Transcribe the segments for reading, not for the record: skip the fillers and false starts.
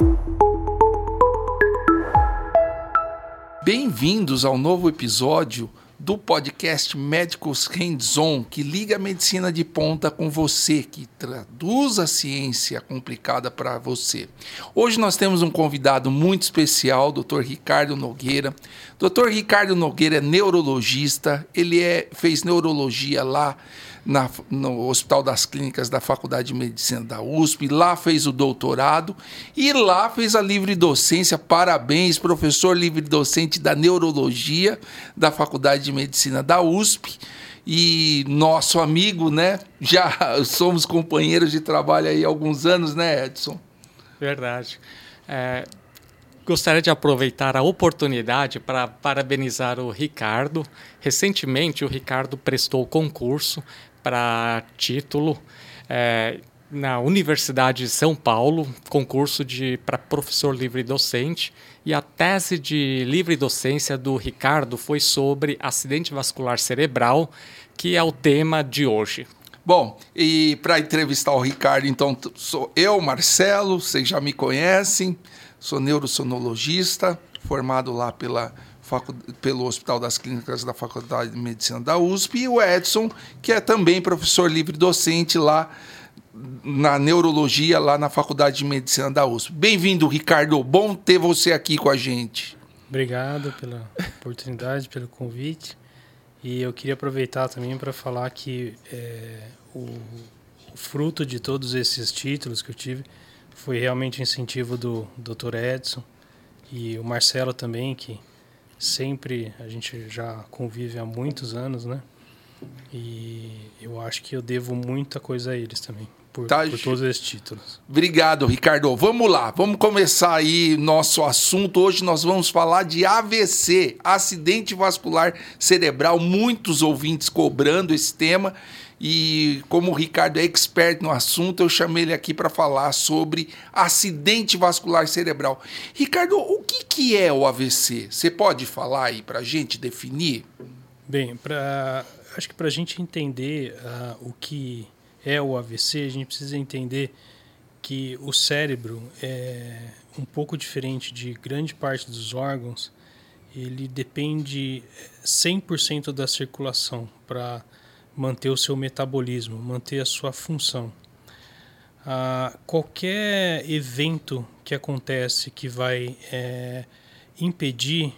Bem-vindos ao novo episódio do podcast Médicos Hands-On, que liga a medicina de ponta com você, que traduz a ciência complicada para você. Hoje nós temos um convidado muito especial, Dr. Ricardo Nogueira. Dr. Ricardo Nogueira é neurologista, ele fez neurologia lá no Hospital das Clínicas da Faculdade de Medicina da USP, lá fez o doutorado e lá fez a livre docência. Parabéns, professor livre docente da neurologia da Faculdade de Medicina da USP e nosso amigo, né? Já somos companheiros de trabalho aí há alguns anos, né, Edson? Verdade. Gostaria de aproveitar a oportunidade para parabenizar o Ricardo. Recentemente, o Ricardo prestou concurso para título na Universidade de São Paulo, concurso para professor livre-docente, e a tese de livre-docência do Ricardo foi sobre acidente vascular cerebral, que é o tema de hoje. Bom, e para entrevistar o Ricardo, então, sou eu, Marcelo, vocês já me conhecem, sou neurossonologista, formado lá pelo Hospital das Clínicas da Faculdade de Medicina da USP, e o Edson, que é também professor livre-docente lá na neurologia, lá na Faculdade de Medicina da USP. Bem-vindo, Ricardo, bom ter você aqui com a gente. Obrigado pela oportunidade, pelo convite, e eu queria aproveitar também para falar que o fruto de todos esses títulos que eu tive foi realmente o incentivo do Dr. Edson e o Marcelo também, que sempre a gente já convive há muitos anos, né? E eu acho que eu devo muita coisa a eles também, por todos esses títulos. Obrigado, Ricardo. Vamos lá, vamos começar aí nosso assunto. Hoje nós vamos falar de AVC, acidente vascular cerebral. Muitos ouvintes cobrando esse tema. E como o Ricardo é expert no assunto, eu chamei ele aqui para falar sobre acidente vascular cerebral. Ricardo, o que é o AVC? Você pode falar aí para a gente definir? Bem, acho que para a gente entender o que é o AVC, a gente precisa entender que o cérebro é um pouco diferente de grande parte dos órgãos. Ele depende 100% da circulação para manter o seu metabolismo, manter a sua função. Qualquer evento que acontece que vai impedir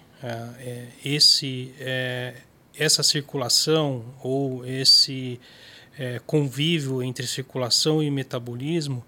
essa circulação ou esse convívio entre circulação e metabolismo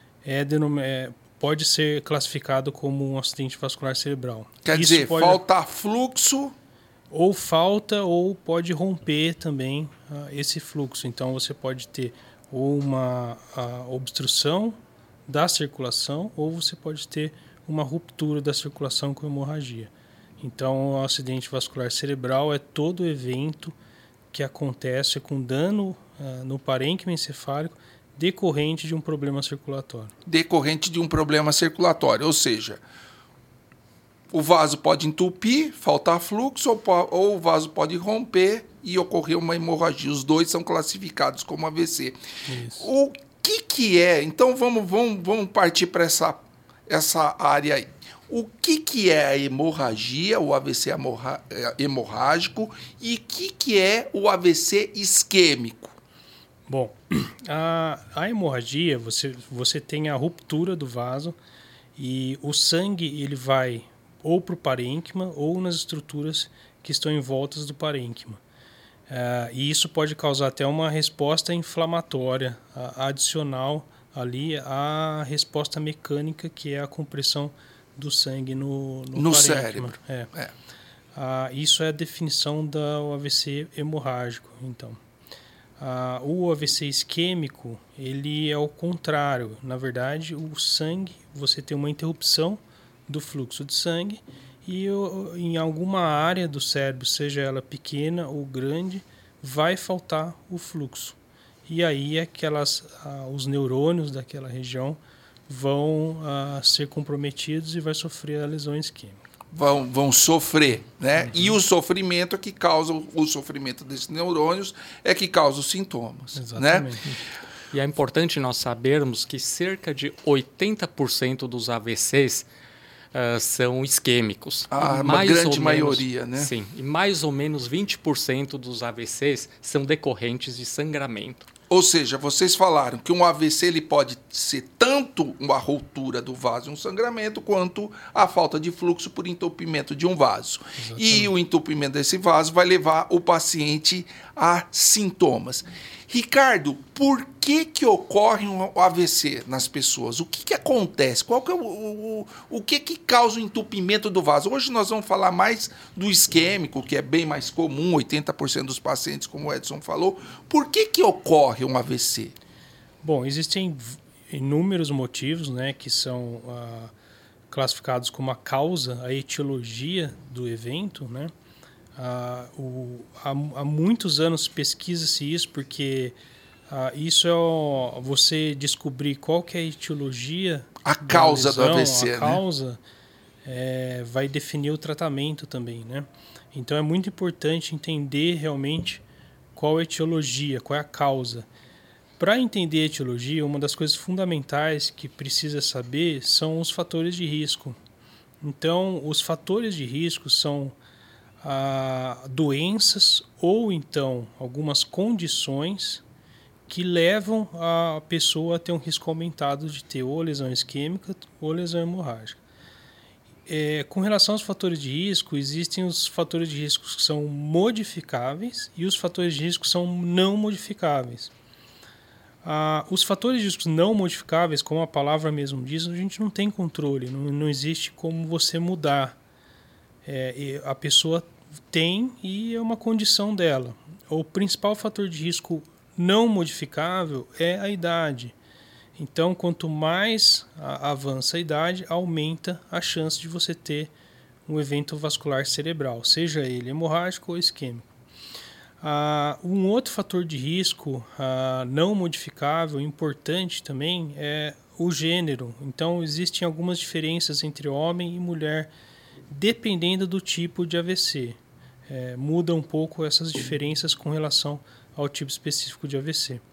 pode ser classificado como um acidente vascular cerebral. Quer dizer, falta fluxo... Ou falta ou pode romper também esse fluxo. Então, você pode ter ou uma obstrução da circulação ou você pode ter uma ruptura da circulação com hemorragia. Então, o acidente vascular cerebral é todo evento que acontece com dano no parênquima encefálico decorrente de um problema circulatório. Decorrente de um problema circulatório, ou seja... O vaso pode entupir, faltar fluxo, ou o vaso pode romper e ocorrer uma hemorragia. Os dois são classificados como AVC. Isso. O que é? Então vamos partir para essa área aí. O que é a hemorragia, o AVC hemorrágico, e o que é o AVC isquêmico? Bom, a hemorragia, você tem a ruptura do vaso e o sangue ele vai ou para o parênquima ou nas estruturas que estão em voltas do parênquima. E isso pode causar até uma resposta inflamatória adicional ali à resposta mecânica, que é a compressão do sangue no cérebro. Isso é a definição do AVC hemorrágico. Então, o AVC isquêmico, ele é o contrário. Na verdade, o sangue, você tem uma interrupção do fluxo de sangue e em alguma área do cérebro, seja ela pequena ou grande, vai faltar o fluxo. E aí os neurônios daquela região vão ser comprometidos e vai sofrer a lesão isquêmica. Vão sofrer, né? Uhum. E o sofrimento é que causa, o sofrimento desses neurônios é que causa os sintomas. Exatamente. Né? E é importante nós sabermos que cerca de 80% dos AVCs são isquêmicos. Uma grande maioria, né? Sim, e mais ou menos 20% dos AVCs são decorrentes de sangramento. Ou seja, vocês falaram que um AVC ele pode ser tanto uma ruptura do vaso e um sangramento, quanto a falta de fluxo por entupimento de um vaso. Exatamente. E o entupimento desse vaso vai levar o paciente a sintomas. Ricardo, por que ocorre um AVC nas pessoas? O que acontece? Qual que é o que causa o entupimento do vaso? Hoje nós vamos falar mais do isquêmico, que é bem mais comum, 80% dos pacientes, como o Edson falou. Por que ocorre um AVC? Bom, existem inúmeros motivos, né, que são classificados como a causa, a etiologia do evento, né? Há muitos anos pesquisa-se isso, porque isso é você descobrir qual que é a etiologia, a causa do AVC, a causa, vai definir o tratamento também, né? Então é muito importante entender realmente qual é a etiologia, qual é a causa. Para entender a etiologia, uma das coisas fundamentais que precisa saber são os fatores de risco. Então, os fatores de risco são doenças ou então algumas condições que levam a pessoa a ter um risco aumentado de ter ou lesão isquêmica ou lesão hemorrágica. Com relação aos fatores de risco, existem os fatores de risco que são modificáveis e os fatores de risco são não modificáveis. Os fatores de risco não modificáveis, como a palavra mesmo diz, a gente não tem controle, não existe como você mudar. A pessoa tem e é uma condição dela. O principal fator de risco não modificável é a idade. Então, quanto mais avança a idade, aumenta a chance de você ter um evento vascular cerebral, seja ele hemorrágico ou isquêmico. Um outro fator de risco não modificável, importante também, é o gênero. Então, existem algumas diferenças entre homem e mulher, dependendo do tipo de AVC. Muda um pouco essas diferenças com relação ao tipo específico de AVC.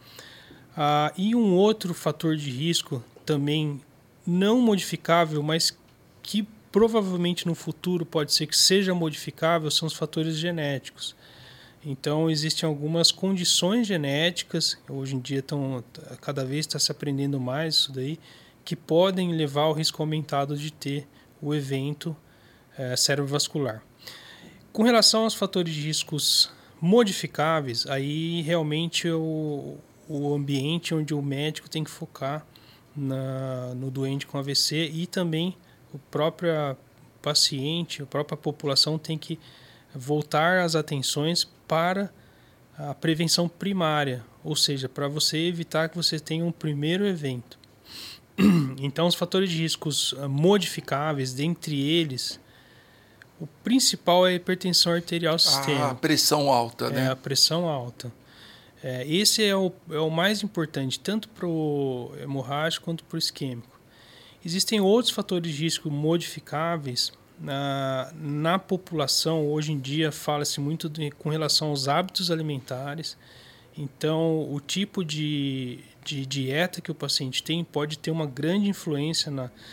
E um outro fator de risco também não modificável, mas que provavelmente no futuro pode ser que seja modificável, são os fatores genéticos. Então, existem algumas condições genéticas, hoje em dia cada vez está se aprendendo mais isso daí, que podem levar ao risco aumentado de ter o evento cerebrovascular. Com relação aos fatores de riscos modificáveis, aí realmente o ambiente onde o médico tem que focar no doente com AVC, e também o próprio paciente, a própria população tem que voltar as atenções para a prevenção primária, ou seja, para você evitar que você tenha um primeiro evento. Então, os fatores de riscos modificáveis, dentre eles, o principal é a hipertensão arterial sistêmica. A pressão alta, né? A pressão alta. Esse é o mais importante, tanto para o hemorrágico quanto para o isquêmico. Existem outros fatores de risco modificáveis. Na população, hoje em dia, fala-se muito com relação aos hábitos alimentares. Então, o tipo de dieta que o paciente tem pode ter uma grande influência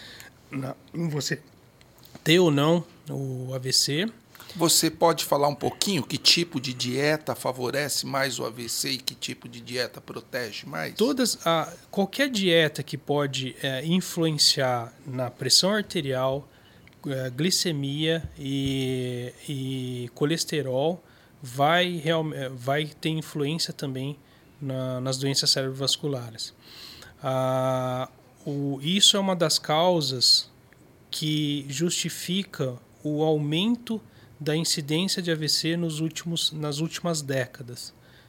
em você ter ou não o AVC. Você pode falar um pouquinho que tipo de dieta favorece mais o AVC e que tipo de dieta protege mais? Qualquer dieta que pode influenciar na pressão arterial, glicemia e colesterol vai ter influência também nas doenças cerebrovasculares. Isso é uma das causas que justifica o aumento da incidência de AVC nas últimas décadas.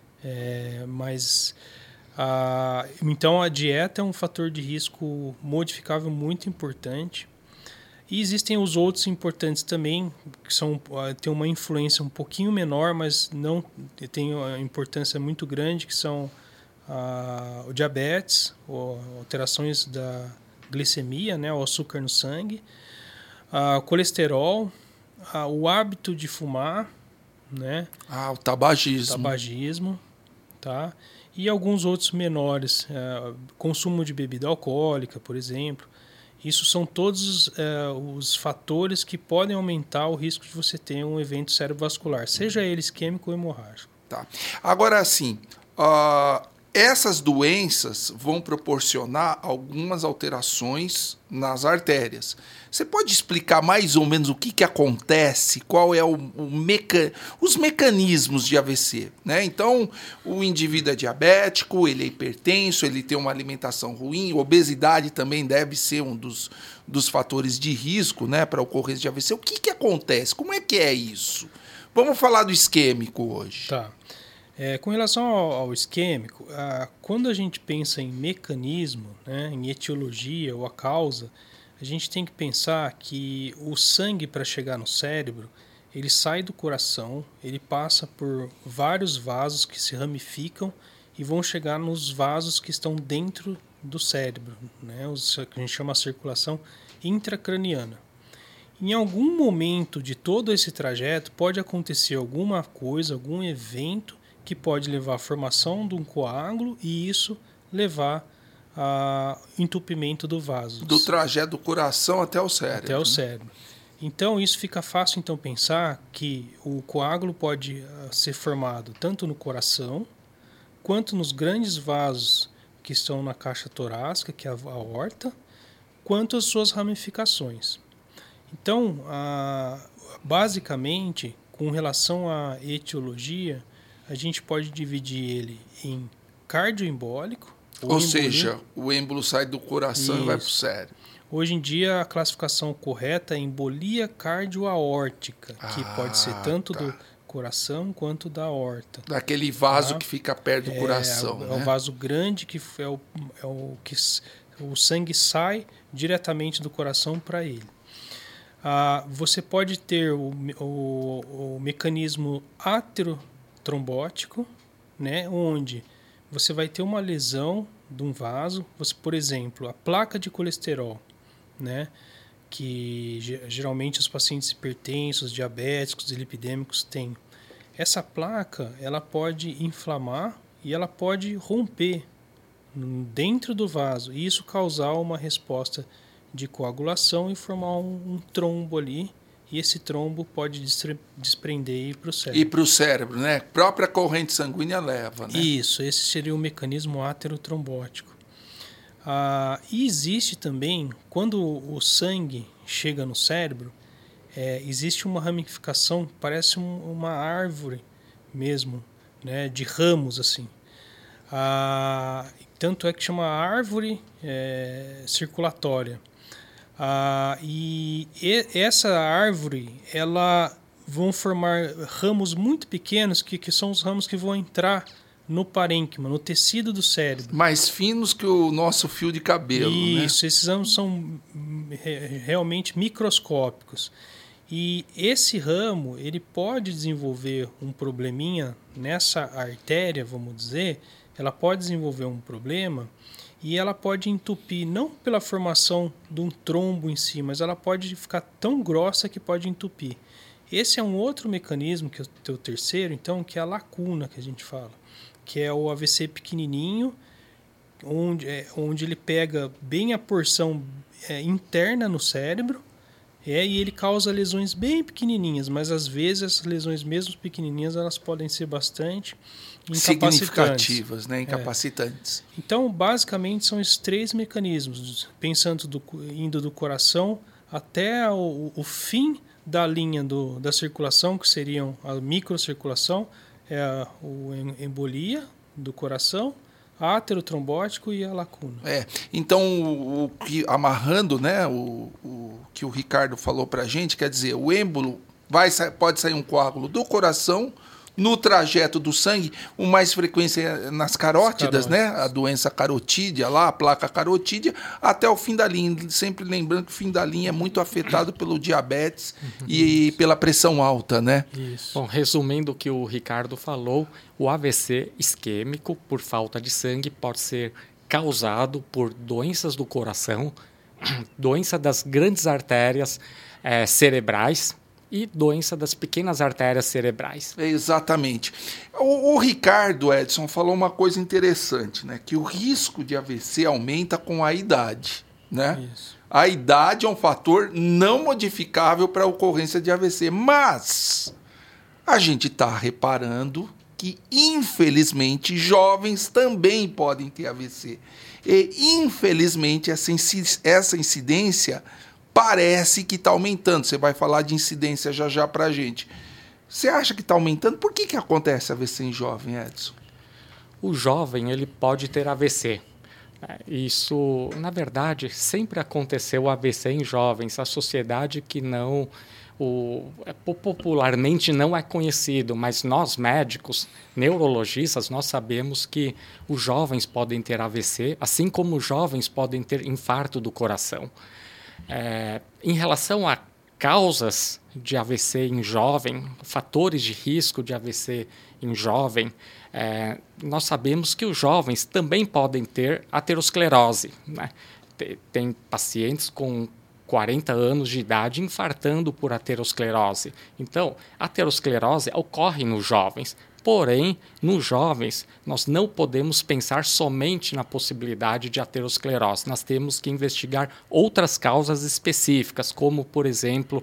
Então, a dieta é um fator de risco modificável muito importante. E existem os outros importantes também, que têm uma influência um pouquinho menor, mas não tem uma importância muito grande, que são o diabetes, alterações da glicemia, né, o açúcar no sangue, o colesterol, o hábito de fumar, né? O tabagismo. Tá? e alguns outros menores, consumo de bebida alcoólica, por exemplo. Isso são todos os fatores que podem aumentar o risco de você ter um evento cerebrovascular, seja ele isquêmico ou hemorrágico. Tá. Agora, assim, essas doenças vão proporcionar algumas alterações nas artérias. Você pode explicar mais ou menos o que acontece, qual é os mecanismos de AVC, né? Então, o indivíduo é diabético, ele é hipertenso, ele tem uma alimentação ruim, obesidade também deve ser um dos fatores de risco, né, para a ocorrência de AVC. O que acontece? Como é que é isso? Vamos falar do isquêmico hoje. Tá. Com relação ao isquêmico, quando a gente pensa em mecanismo, né, em etiologia ou a causa, a gente tem que pensar que o sangue, para chegar no cérebro, ele sai do coração, ele passa por vários vasos que se ramificam e vão chegar nos vasos que estão dentro do cérebro, né, o que a gente chama de circulação intracraniana. Em algum momento de todo esse trajeto pode acontecer alguma coisa, algum evento que pode levar à formação de um coágulo e isso levar a entupimento do vaso. Do trajeto do coração até o cérebro. Até o cérebro. Então, isso fica fácil então pensar que o coágulo pode ser formado tanto no coração, quanto nos grandes vasos que estão na caixa torácica, que é a aorta, quanto as suas ramificações. Então, basicamente, com relação à etiologia, a gente pode dividir ele em cardioembólico, ou seja, o êmbolo sai do coração e vai para o cérebro. Hoje em dia, a classificação correta é embolia cardioaórtica, que pode ser tanto do coração quanto da aorta. Daquele vaso que fica perto do coração. É o vaso grande, que é o que o sangue sai diretamente do coração para ele. Você pode ter o mecanismo aterotrombótico, né, onde você vai ter uma lesão de um vaso, por exemplo, a placa de colesterol, né, que geralmente os pacientes hipertensos, diabéticos e lipidêmicos têm. Essa placa, ela pode inflamar e ela pode romper dentro do vaso e isso causar uma resposta de coagulação e formar um trombo ali. E esse trombo pode desprender e ir para o cérebro. E para o cérebro, né? A própria corrente sanguínea leva, né? Isso, esse seria o mecanismo aterotrombótico. E existe também, quando o sangue chega no cérebro, existe uma ramificação, parece uma árvore mesmo, né? De ramos, assim. Tanto é que chama árvore circulatória. E essa árvore, ela vão formar ramos muito pequenos, que são os ramos que vão entrar no parênquima, no tecido do cérebro. Mais finos que o nosso fio de cabelo. Isso, né? Esses ramos são realmente microscópicos. E esse ramo, ele pode desenvolver um probleminha nessa artéria, vamos dizer, ela pode desenvolver um problema e ela pode entupir, não pela formação de um trombo em si, mas ela pode ficar tão grossa que pode entupir. Esse é um outro mecanismo, que é o terceiro, então, que é a lacuna que a gente fala, que é o AVC pequenininho, onde ele pega bem a porção interna no cérebro, e ele causa lesões bem pequenininhas, mas às vezes essas lesões mesmo pequenininhas elas podem ser bastante significativas, né? Incapacitantes. Então, basicamente, são esses três mecanismos, indo do coração até o fim da linha da circulação, que seriam a microcirculação, a embolia do coração, aterotrombótico e a lacuna. Então, amarrando, né, o que o Ricardo falou para a gente, quer dizer, o êmbolo pode sair um coágulo do coração, no trajeto do sangue, o mais frequência nas carótidas, né? A doença carotídea lá, a placa carotídea, até o fim da linha. Sempre lembrando que o fim da linha é muito afetado pelo diabetes e pela pressão alta, né? Isso. Bom, resumindo o que o Ricardo falou, o AVC isquêmico, por falta de sangue, pode ser causado por doenças do coração, doença das grandes artérias cerebrais e doença das pequenas artérias cerebrais. Exatamente. O Ricardo, Edson, falou uma coisa interessante, né? Que o risco de AVC aumenta com a idade, né? Isso. A idade é um fator não modificável para a ocorrência de AVC, mas a gente está reparando que, infelizmente, jovens também podem ter AVC. E, infelizmente, essa incidência parece que está aumentando. Você vai falar de incidência já para a gente. Você acha que está aumentando? Por que acontece AVC em jovem, Edson? O jovem ele pode ter AVC. Isso, na verdade, sempre aconteceu AVC em jovens. A sociedade que não... popularmente não é conhecido, mas nós médicos, neurologistas, nós sabemos que os jovens podem ter AVC, assim como os jovens podem ter infarto do coração. Em relação a causas de AVC em jovem, fatores de risco de AVC em jovem, nós sabemos que os jovens também podem ter aterosclerose, né? Tem pacientes com 40 anos de idade infartando por aterosclerose. Então, a aterosclerose ocorre nos jovens. Porém, nos jovens, nós não podemos pensar somente na possibilidade de aterosclerose. Nós temos que investigar outras causas específicas, como, por exemplo,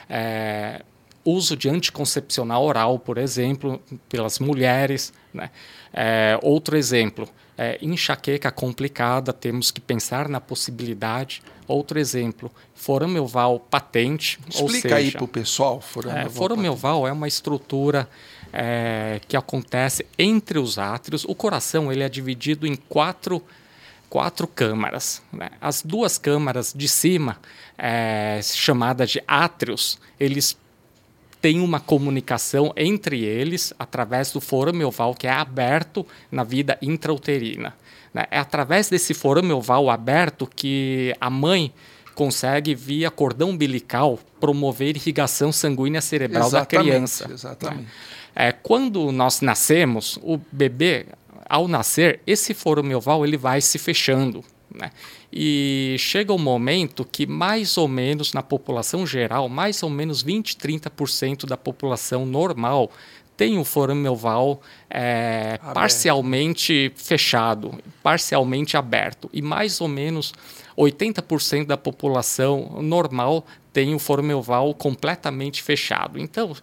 uso de anticoncepcional oral, por exemplo, pelas mulheres, né? Outro exemplo, enxaqueca complicada, temos que pensar na possibilidade. Outro exemplo, forame oval patente. Explica aí para o pessoal. Forame oval é uma estrutura que acontece entre os átrios. O coração ele é dividido em quatro câmaras, né? As duas câmaras de cima, chamadas de átrios, eles têm uma comunicação entre eles através do forame oval, que é aberto na vida intrauterina, né? É através desse forame oval aberto que a mãe consegue, via cordão umbilical, promover irrigação sanguínea cerebral da criança. Exatamente. Né? Quando nós nascemos, o bebê, ao nascer, esse forame oval ele vai se fechando, né? E chega um momento que, mais ou menos, na população geral, mais ou menos 20, 30% da população normal tem o forame oval parcialmente fechado, parcialmente aberto. E mais ou menos 80% da população normal tem o forame oval completamente fechado. Então,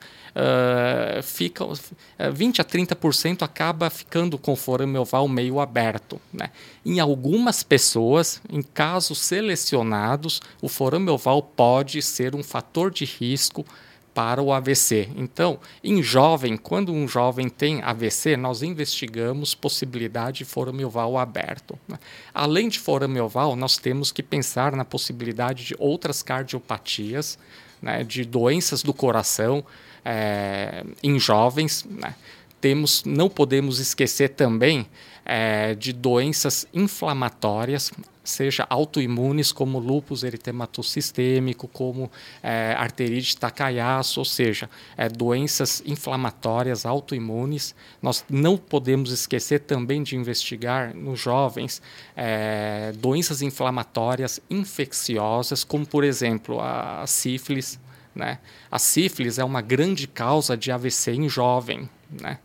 20 a 30% acaba ficando com o forame oval meio aberto, né? Em algumas pessoas, em casos selecionados, o forame oval pode ser um fator de risco para o AVC. Então, em jovem, quando um jovem tem AVC, nós investigamos possibilidade de forame oval aberto, né? Além de forame oval, nós temos que pensar na possibilidade de outras cardiopatias, né, de doenças do coração em jovens, né? Não podemos esquecer também de doenças inflamatórias, seja autoimunes, como lúpus eritematoso sistêmico, como arterite Takayasu, ou seja, doenças inflamatórias autoimunes. Nós não podemos esquecer também de investigar nos jovens doenças inflamatórias infecciosas, como, por exemplo, a sífilis, né? A sífilis é uma grande causa de AVC em jovem, né?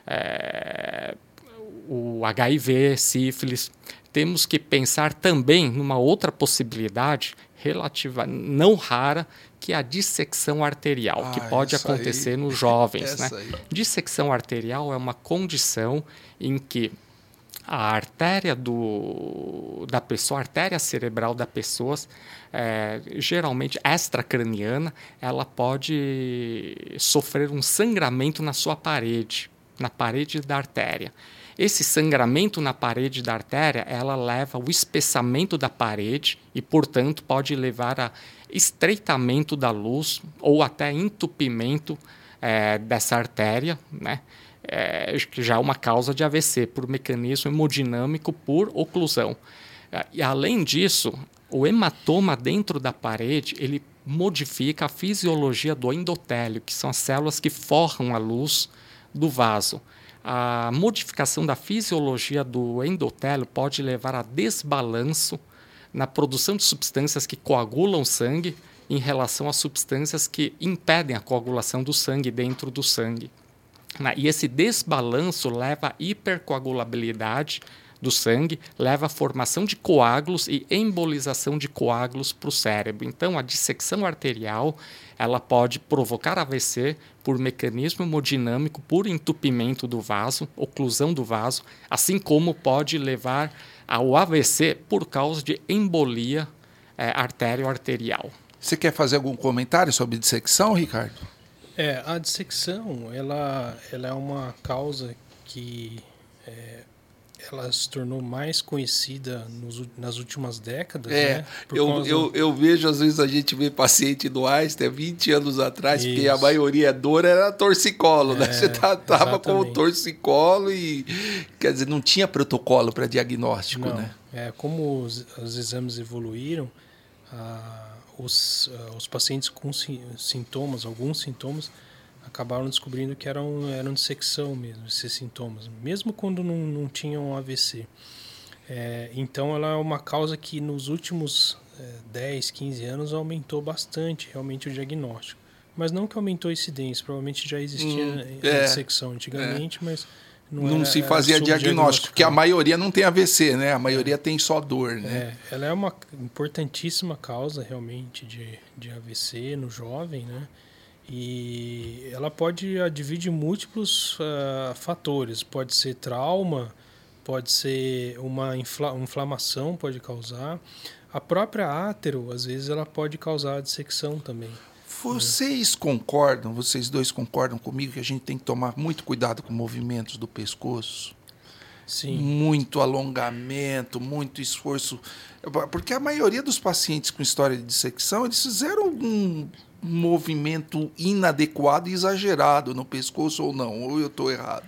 O HIV, sífilis. Temos que pensar também numa outra possibilidade relativa, não rara, que é a dissecção arterial, que pode acontecer nos jovens, né? Dissecção arterial é uma condição em que a artéria da pessoa, a artéria cerebral da pessoa, geralmente extracraniana, ela pode sofrer um sangramento na sua parede, na parede da artéria. Esse sangramento na parede da artéria, ela leva ao espessamento da parede e, portanto, pode levar a estreitamento da luz ou até entupimento dessa artéria, né? Que já é uma causa de AVC, por mecanismo hemodinâmico por oclusão. E, além disso, o hematoma dentro da parede, ele modifica a fisiologia do endotélio, que são as células que forram a luz do vaso. A modificação da fisiologia do endotélio pode levar a desbalanço na produção de substâncias que coagulam o sangue em relação às substâncias que impedem a coagulação do sangue dentro do sangue. E esse desbalanço leva à hipercoagulabilidade do sangue, leva à formação de coágulos e embolização de coágulos para o cérebro. Então, a dissecção arterial ela pode provocar AVC por mecanismo hemodinâmico, por entupimento do vaso, oclusão do vaso, assim como pode levar ao AVC por causa de embolia artério-arterial. Você quer fazer algum comentário sobre dissecção, Ricardo? A dissecção ela é uma causa que ela se tornou mais conhecida nas últimas décadas. Né? Eu vejo, às vezes, a gente vê paciente do Einstein 20 anos atrás, porque a maioria dor era torcicolo, né? Você estava com o torcicolo e, quer dizer, não tinha protocolo para diagnóstico, né? Como os exames evoluíram, os pacientes com sintomas, alguns sintomas, acabaram descobrindo que eram dissecção mesmo, esses sintomas, mesmo quando não tinham AVC. Então, ela é uma causa que nos últimos 10, 15 anos aumentou bastante realmente o diagnóstico. Mas não que aumentou a incidência, provavelmente já existia dissecção antigamente, mas não se fazia diagnóstico, porque a maioria não tem AVC, né? A maioria tem só dor, né? Ela é uma importantíssima causa realmente de AVC no jovem, né? E ela pode dividir múltiplos fatores. Pode ser trauma, pode ser uma inflamação, pode causar. A própria átero, às vezes, ela pode causar dissecção também. Vocês dois concordam comigo que a gente tem que tomar muito cuidado com movimentos do pescoço? Sim. Muito alongamento, muito esforço. Porque a maioria dos pacientes com história de dissecção, eles fizeram um movimento inadequado e exagerado no pescoço ou não? Ou eu estou errado?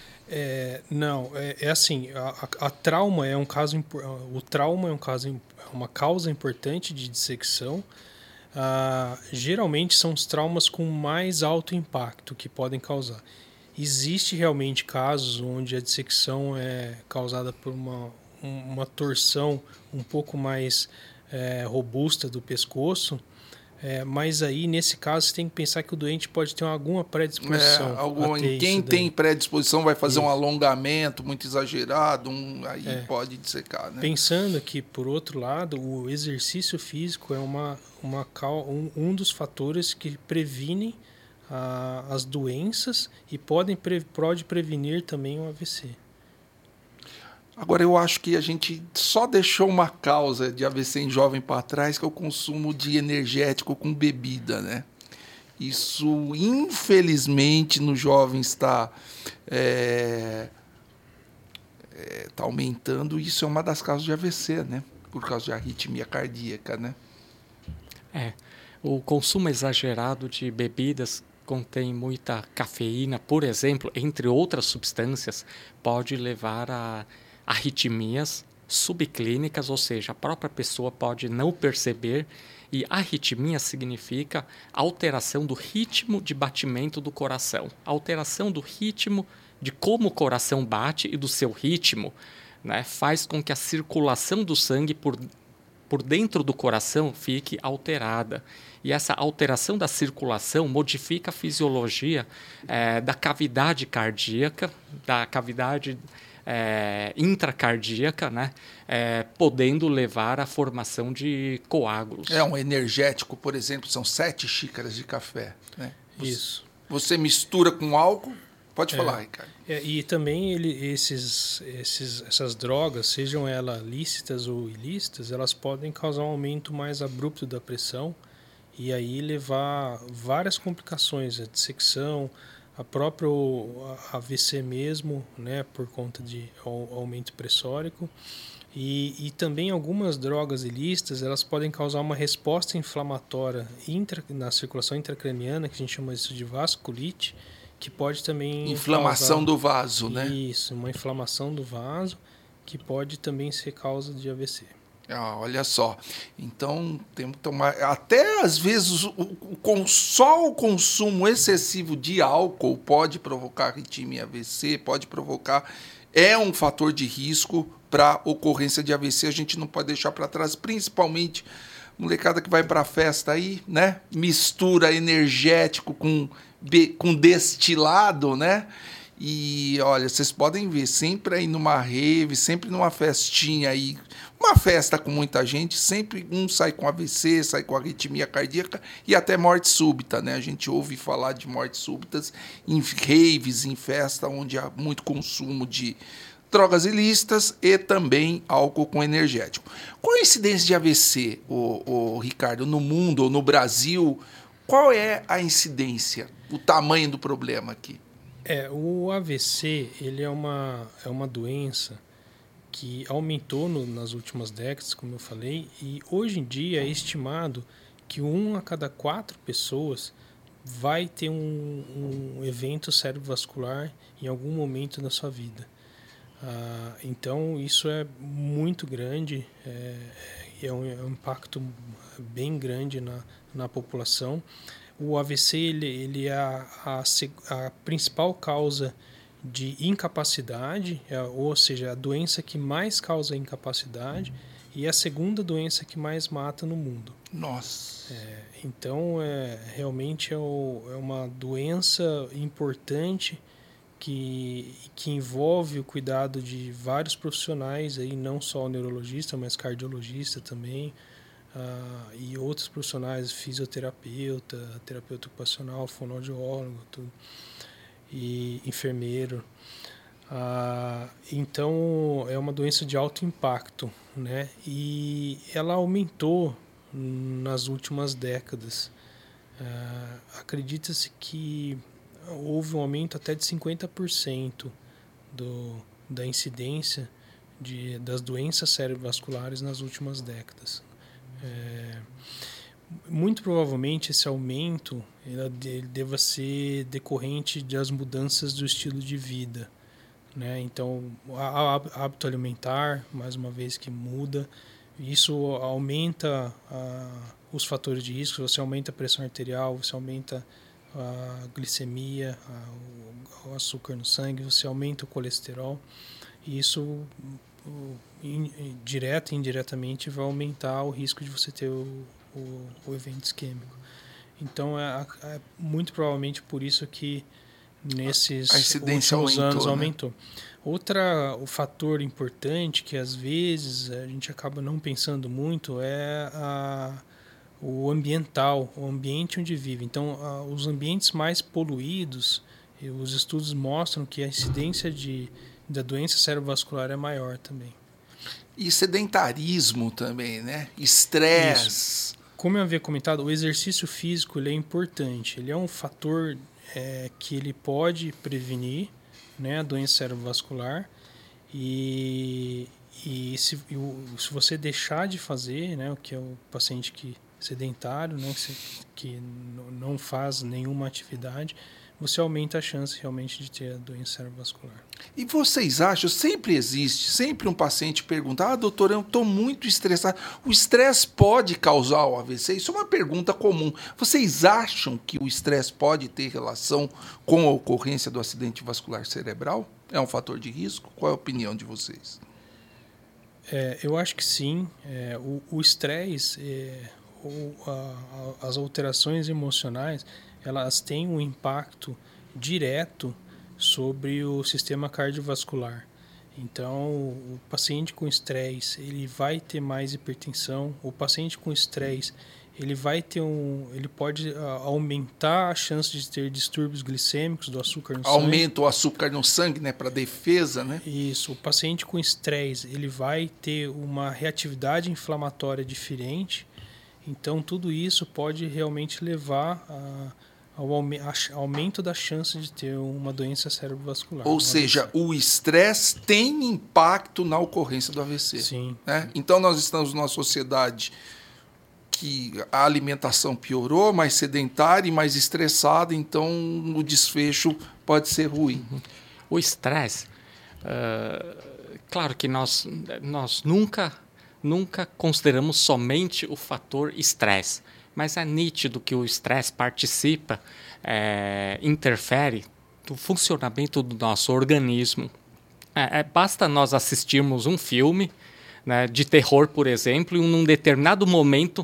Não, assim, a trauma é um caso, o trauma é uma causa importante de dissecção. Geralmente são os traumas com mais alto impacto que podem causar. Existe realmente casos onde a dissecção é causada por uma torção um pouco mais robusta do pescoço, mas aí, nesse caso, você tem que pensar que o doente pode ter alguma predisposição. Quem tem predisposição vai fazer um alongamento muito exagerado, aí pode dissecar. Né? Pensando que, por outro lado, o exercício físico é um dos fatores que previnem as doenças e pode prevenir também o AVC. Agora, eu acho que a gente só deixou uma causa de AVC em jovem para trás, que é o consumo de energético com bebida, né? Isso, infelizmente, no jovem está aumentando. Isso é uma das causas de AVC, né? Por causa de arritmia cardíaca, né? O consumo exagerado de bebidas contém muita cafeína, por exemplo, entre outras substâncias, pode levar a arritmias subclínicas, ou seja, a própria pessoa pode não perceber, e arritmia significa alteração do ritmo de batimento do coração, alteração do ritmo de como o coração bate e do seu ritmo, né, faz com que a circulação do sangue por dentro do coração fique alterada. E essa alteração da circulação modifica a fisiologia da cavidade cardíaca, da cavidade intracardíaca, né? Podendo levar à formação de coágulos. Um energético, por exemplo, são 7 xícaras de café. Né? Isso. Você mistura com álcool, pode falar, Ricardo. E também essas drogas, sejam elas lícitas ou ilícitas, elas podem causar um aumento mais abrupto da pressão e aí levar várias complicações, a dissecção, a própria AVC mesmo, né, por conta de aumento pressórico. E também algumas drogas ilícitas, elas podem causar uma resposta inflamatória na circulação intracraniana, que a gente chama isso de vasculite, que pode também inflamação do vaso, né? Isso, uma inflamação do vaso, que pode também ser causa de AVC. Olha só, então temos que tomar, até às vezes só o consumo excessivo de álcool pode provocar arritmia AVC, pode provocar, um fator de risco para ocorrência de AVC, a gente não pode deixar para trás, principalmente molecada que vai para a festa aí, né? Mistura energético com destilado, né? E olha, vocês podem ver, sempre aí numa rave, sempre numa festinha aí, uma festa com muita gente, sempre um sai com AVC, sai com arritmia cardíaca e até morte súbita, né? A gente ouve falar de mortes súbitas em raves, em festa onde há muito consumo de drogas ilícitas e também álcool com energético. Qual a incidência de AVC, Ricardo, no mundo ou no Brasil? Qual é a incidência, o tamanho do problema aqui? O AVC ele é uma doença que aumentou nas últimas décadas, como eu falei, e hoje em dia é estimado que 1 a cada 4 pessoas vai ter um evento cerebrovascular em algum momento da sua vida. Então, isso é muito grande, é um impacto bem grande na população. O AVC ele é a principal causa de incapacidade, ou seja, a doença que mais causa incapacidade e a segunda doença que mais mata no mundo. Nossa! Então, realmente é uma doença importante que envolve o cuidado de vários profissionais, aí, não só o neurologista, mas cardiologista também, e outros profissionais, fisioterapeuta, terapeuta ocupacional, fonoaudiólogo, tudo, e enfermeiro. Então, é uma doença de alto impacto, né? E ela aumentou nas últimas décadas. Acredita-se que houve um aumento até de 50% da incidência das doenças cerebrovasculares nas últimas décadas. Muito provavelmente esse aumento ele deva ser decorrente das mudanças do estilo de vida, né? Então, o hábito alimentar, mais uma vez, que muda, isso aumenta os fatores de risco. Você aumenta a pressão arterial, você aumenta a glicemia, o açúcar no sangue, você aumenta o colesterol, e isso direta e indiretamente vai aumentar o risco de você ter o evento isquêmico. Então, é muito provavelmente por isso que nesses últimos anos aumentou. O fator importante que às vezes a gente acaba não pensando muito é o ambiental, o ambiente onde vive. Então, os ambientes mais poluídos, os estudos mostram que a incidência da doença cerebrovascular é maior também. E sedentarismo também, né? Estresse. Como eu havia comentado, o exercício físico ele é importante. Ele é um fator que ele pode prevenir, né, a doença cerebrovascular. E se você deixar de fazer, né, o que é o paciente sedentário, né, que não faz nenhuma atividade, você aumenta a chance realmente de ter a doença cerebrovascular. E vocês acham, sempre existe, sempre um paciente pergunta, doutor, eu estou muito estressado. O estresse pode causar o AVC? Isso é uma pergunta comum. Vocês acham que o estresse pode ter relação com a ocorrência do acidente vascular cerebral? É um fator de risco? Qual é a opinião de vocês? Eu acho que sim. O estresse, as alterações emocionais, elas têm um impacto direto sobre o sistema cardiovascular. Então, o paciente com estresse, ele vai ter mais hipertensão. O paciente com estresse, ele pode aumentar a chance de ter distúrbios glicêmicos do açúcar no sangue. Aumenta o açúcar no sangue, né, para defesa, né? Isso. O paciente com estresse, ele vai ter uma reatividade inflamatória diferente. Então, tudo isso pode realmente levar ao aumento da chance de ter uma doença cerebrovascular. Ou seja, o estresse tem impacto na ocorrência do AVC. Sim. Né? Então, nós estamos numa sociedade que a alimentação piorou, mais sedentária e mais estressada, então o desfecho pode ser ruim. O estresse, claro que nós nunca consideramos somente o fator estresse, mas é nítido que o estresse participa, interfere no funcionamento do nosso organismo. Basta nós assistirmos um filme, né, de terror, por exemplo, e num determinado momento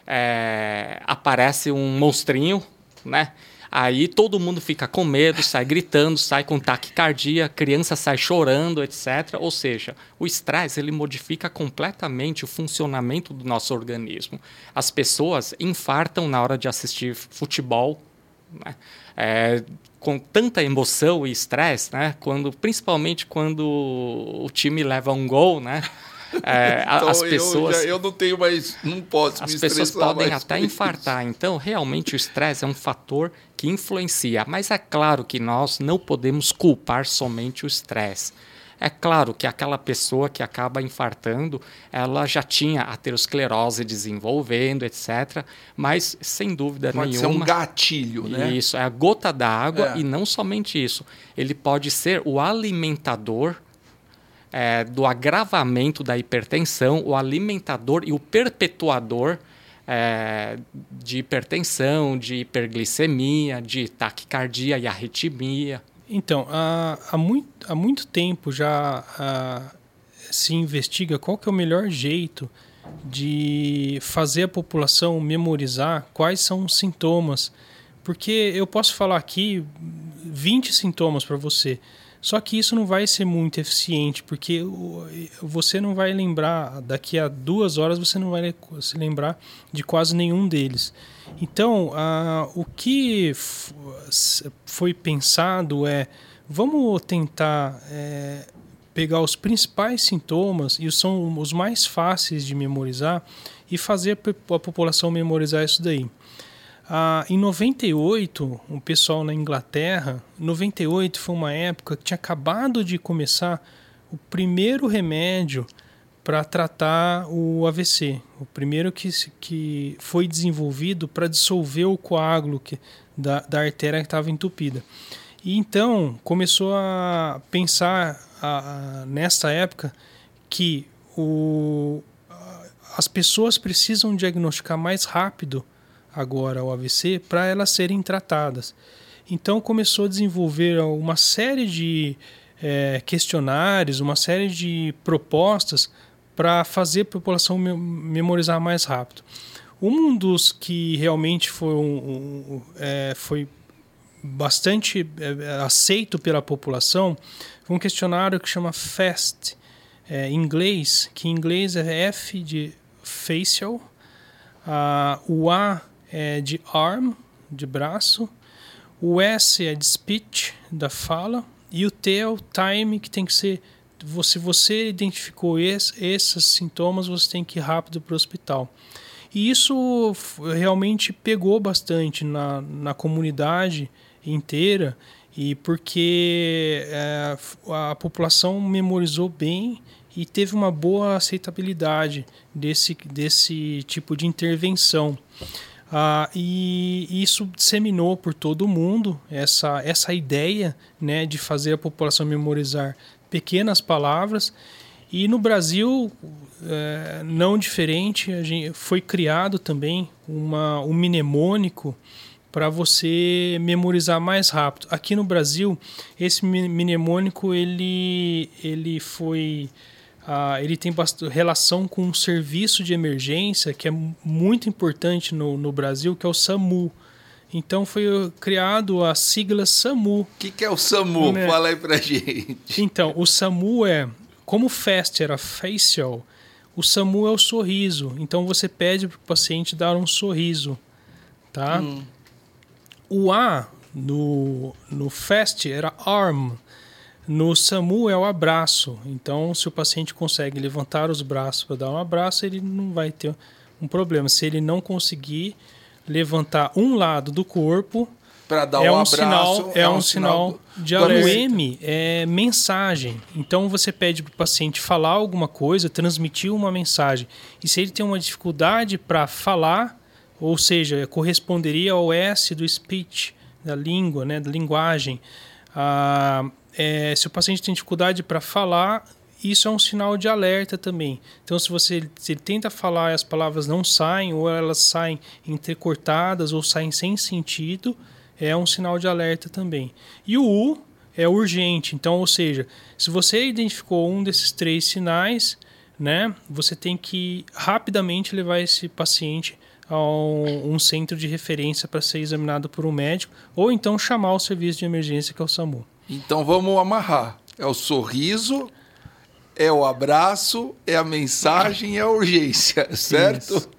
aparece um monstrinho, né? Aí todo mundo fica com medo, sai gritando, sai com taquicardia, criança sai chorando, etc. Ou seja, o estresse ele modifica completamente o funcionamento do nosso organismo. As pessoas infartam na hora de assistir futebol, né? Com tanta emoção e estresse, né? Principalmente quando o time leva um gol, né? Então, as pessoas, eu não tenho mais, não posso me estressar. As pessoas podem até isso. infartar. Então, realmente, o estresse é um fator que influencia. Mas é claro que nós não podemos culpar somente o estresse. É claro que aquela pessoa que acaba infartando, ela já tinha aterosclerose desenvolvendo, etc. Mas, sem dúvida nenhuma... Pode ser um gatilho, né? Isso, é a gota d'água e não somente isso. Ele pode ser o alimentador do agravamento da hipertensão, o alimentador e o perpetuador de hipertensão, de hiperglicemia, de taquicardia e arritmia. Então, há muito tempo já se investiga qual que é o melhor jeito de fazer a população memorizar quais são os sintomas. Porque eu posso falar aqui 20 sintomas para você, só que isso não vai ser muito eficiente, porque você não vai lembrar, daqui a 2 horas você não vai se lembrar de quase nenhum deles. Então, o que foi pensado vamos tentar pegar os principais sintomas, e são os mais fáceis de memorizar, e fazer a população memorizar isso daí. Em 98, o pessoal na Inglaterra, 98 foi uma época que tinha acabado de começar o primeiro remédio para tratar o AVC. O primeiro que foi desenvolvido para dissolver o coágulo da artéria que estava entupida. E então começou a pensar nessa época que as pessoas precisam diagnosticar mais rápido agora o AVC para elas serem tratadas. Então começou a desenvolver uma série de questionários, uma série de propostas para fazer a população memorizar mais rápido. Um dos que realmente foi bastante aceito pela população foi um questionário que chama FAST, em inglês, que em inglês é F de facial, o A é de arm, de braço, o S é de speech, da fala, e o T é o time, que tem que ser, se você identificou esses sintomas, você tem que ir rápido para o hospital. E isso realmente pegou bastante na comunidade inteira, e porque a população memorizou bem e teve uma boa aceitabilidade desse tipo de intervenção. E isso disseminou por todo o mundo essa ideia, né, de fazer a população memorizar pequenas palavras. E no Brasil, não diferente, foi criado também um mnemônico para você memorizar mais rápido. Aqui no Brasil, esse mnemônico ele tem relação com um serviço de emergência que é muito importante no Brasil, que é o SAMU. Então foi criado a sigla SAMU. O que é o SAMU? Né? Fala aí pra gente. Então, o SAMU como o FAST era facial, o SAMU é o sorriso. Então você pede para o paciente dar um sorriso. Tá? O A no FAST era arm. No SAMU é o abraço. Então, se o paciente consegue levantar os braços para dar um abraço, ele não vai ter um problema. Se ele não conseguir levantar um lado do corpo, para dar um abraço, é um sinal de alerta. O M é mensagem. Então, você pede para o paciente falar alguma coisa, transmitir uma mensagem. E se ele tem uma dificuldade para falar, ou seja, corresponderia ao S do speech, da língua, né, da linguagem. Se o paciente tem dificuldade para falar, isso é um sinal de alerta também. Então, se ele tenta falar e as palavras não saem, ou elas saem entrecortadas, ou saem sem sentido, é um sinal de alerta também. E o U é urgente. Então, ou seja, se você identificou um desses 3 sinais, né, você tem que rapidamente levar esse paciente a um centro de referência para ser examinado por um médico, ou então chamar o serviço de emergência, que é o SAMU. Então vamos amarrar. É o sorriso, é o abraço, é a mensagem, é a urgência, certo? Isso.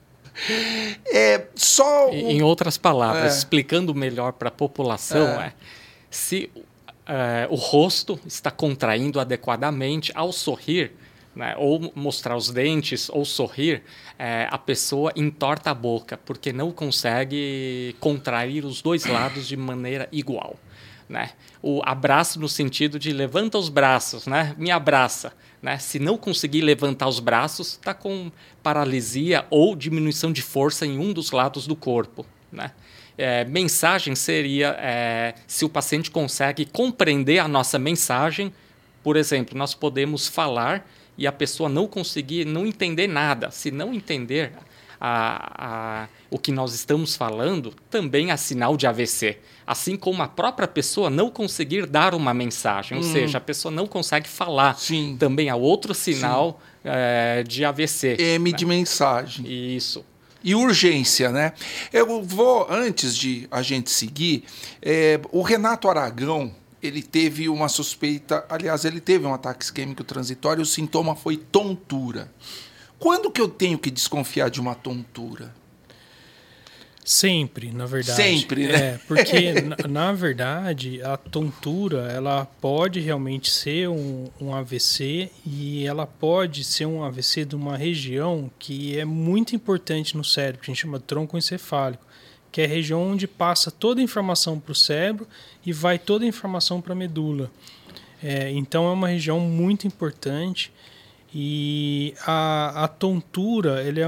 Em outras palavras, explicando melhor para a população, se o rosto está contraindo adequadamente ao sorrir, né, ou mostrar os dentes, ou sorrir, a pessoa entorta a boca, porque não consegue contrair os dois lados de maneira igual. Né? O abraço no sentido de levanta os braços, né? Me abraça. Né? Se não conseguir levantar os braços, está com paralisia ou diminuição de força em um dos lados do corpo. Né? Mensagem seria se o paciente consegue compreender a nossa mensagem. Por exemplo, nós podemos falar e a pessoa não conseguir, não entender nada. Se não entender o que nós estamos falando, também é sinal de AVC. Assim como a própria pessoa não conseguir dar uma mensagem, ou seja, a pessoa não consegue falar. Sim. Também é outro sinal de AVC. M, né? De mensagem. Isso. E urgência, né? Eu vou, antes de a gente seguir, o Renato Aragão, ele teve uma suspeita, aliás, ele teve um ataque isquêmico transitório e o sintoma foi tontura. Quando que eu tenho que desconfiar de uma tontura? Sempre, na verdade. Sempre, né? Porque, na verdade, a tontura, ela pode realmente ser um AVC e ela pode ser um AVC de uma região que é muito importante no cérebro, que a gente chama de tronco encefálico, que é a região onde passa toda a informação para o cérebro e vai toda a informação para a medula. Então, é uma região muito importante. E a tontura, ele é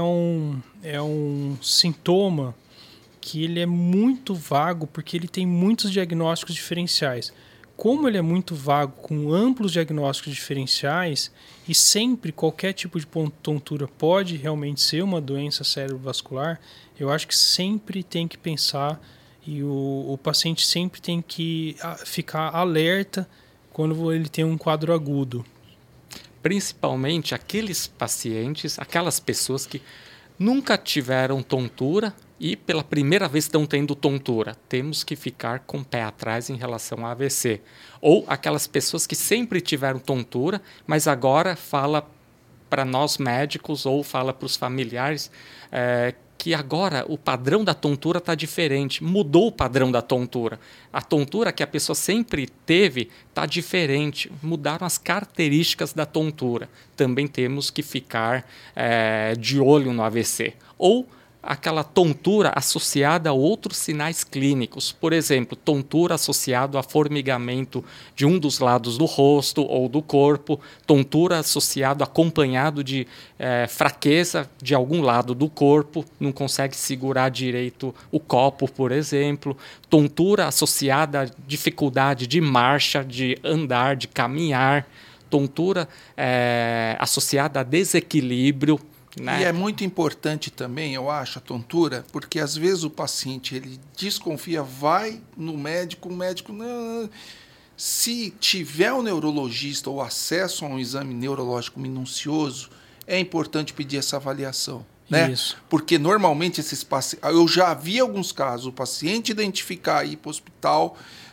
um sintoma que ele é muito vago, porque ele tem muitos diagnósticos diferenciais. Como ele é muito vago, com amplos diagnósticos diferenciais, e sempre qualquer tipo de tontura pode realmente ser uma doença cerebrovascular, eu acho que sempre tem que pensar e o paciente sempre tem que ficar alerta quando ele tem um quadro agudo. Principalmente aqueles pacientes, aquelas pessoas que nunca tiveram tontura e pela primeira vez estão tendo tontura. Temos que ficar com o pé atrás em relação a AVC. Ou aquelas pessoas que sempre tiveram tontura, mas agora fala para nós médicos ou fala para os familiares que agora o padrão da tontura está diferente, mudou o padrão da tontura. A tontura que a pessoa sempre teve está diferente, mudaram as características da tontura. Também temos que ficar de olho no AVC. Ou aquela tontura associada a outros sinais clínicos. Por exemplo, tontura associada a formigamento de um dos lados do rosto ou do corpo, tontura associada, acompanhado de fraqueza de algum lado do corpo, não consegue segurar direito o copo, por exemplo, tontura associada a dificuldade de marcha, de andar, de caminhar, tontura associada a desequilíbrio. Né? E é muito importante também, eu acho, a tontura, porque às vezes o paciente ele desconfia, vai no médico, o médico não. Se tiver um neurologista ou acesso a um exame neurológico minucioso, é importante pedir essa avaliação. Né? Isso. Porque normalmente esses pacientes. Eu já vi alguns casos, o paciente identificar ir para o hospital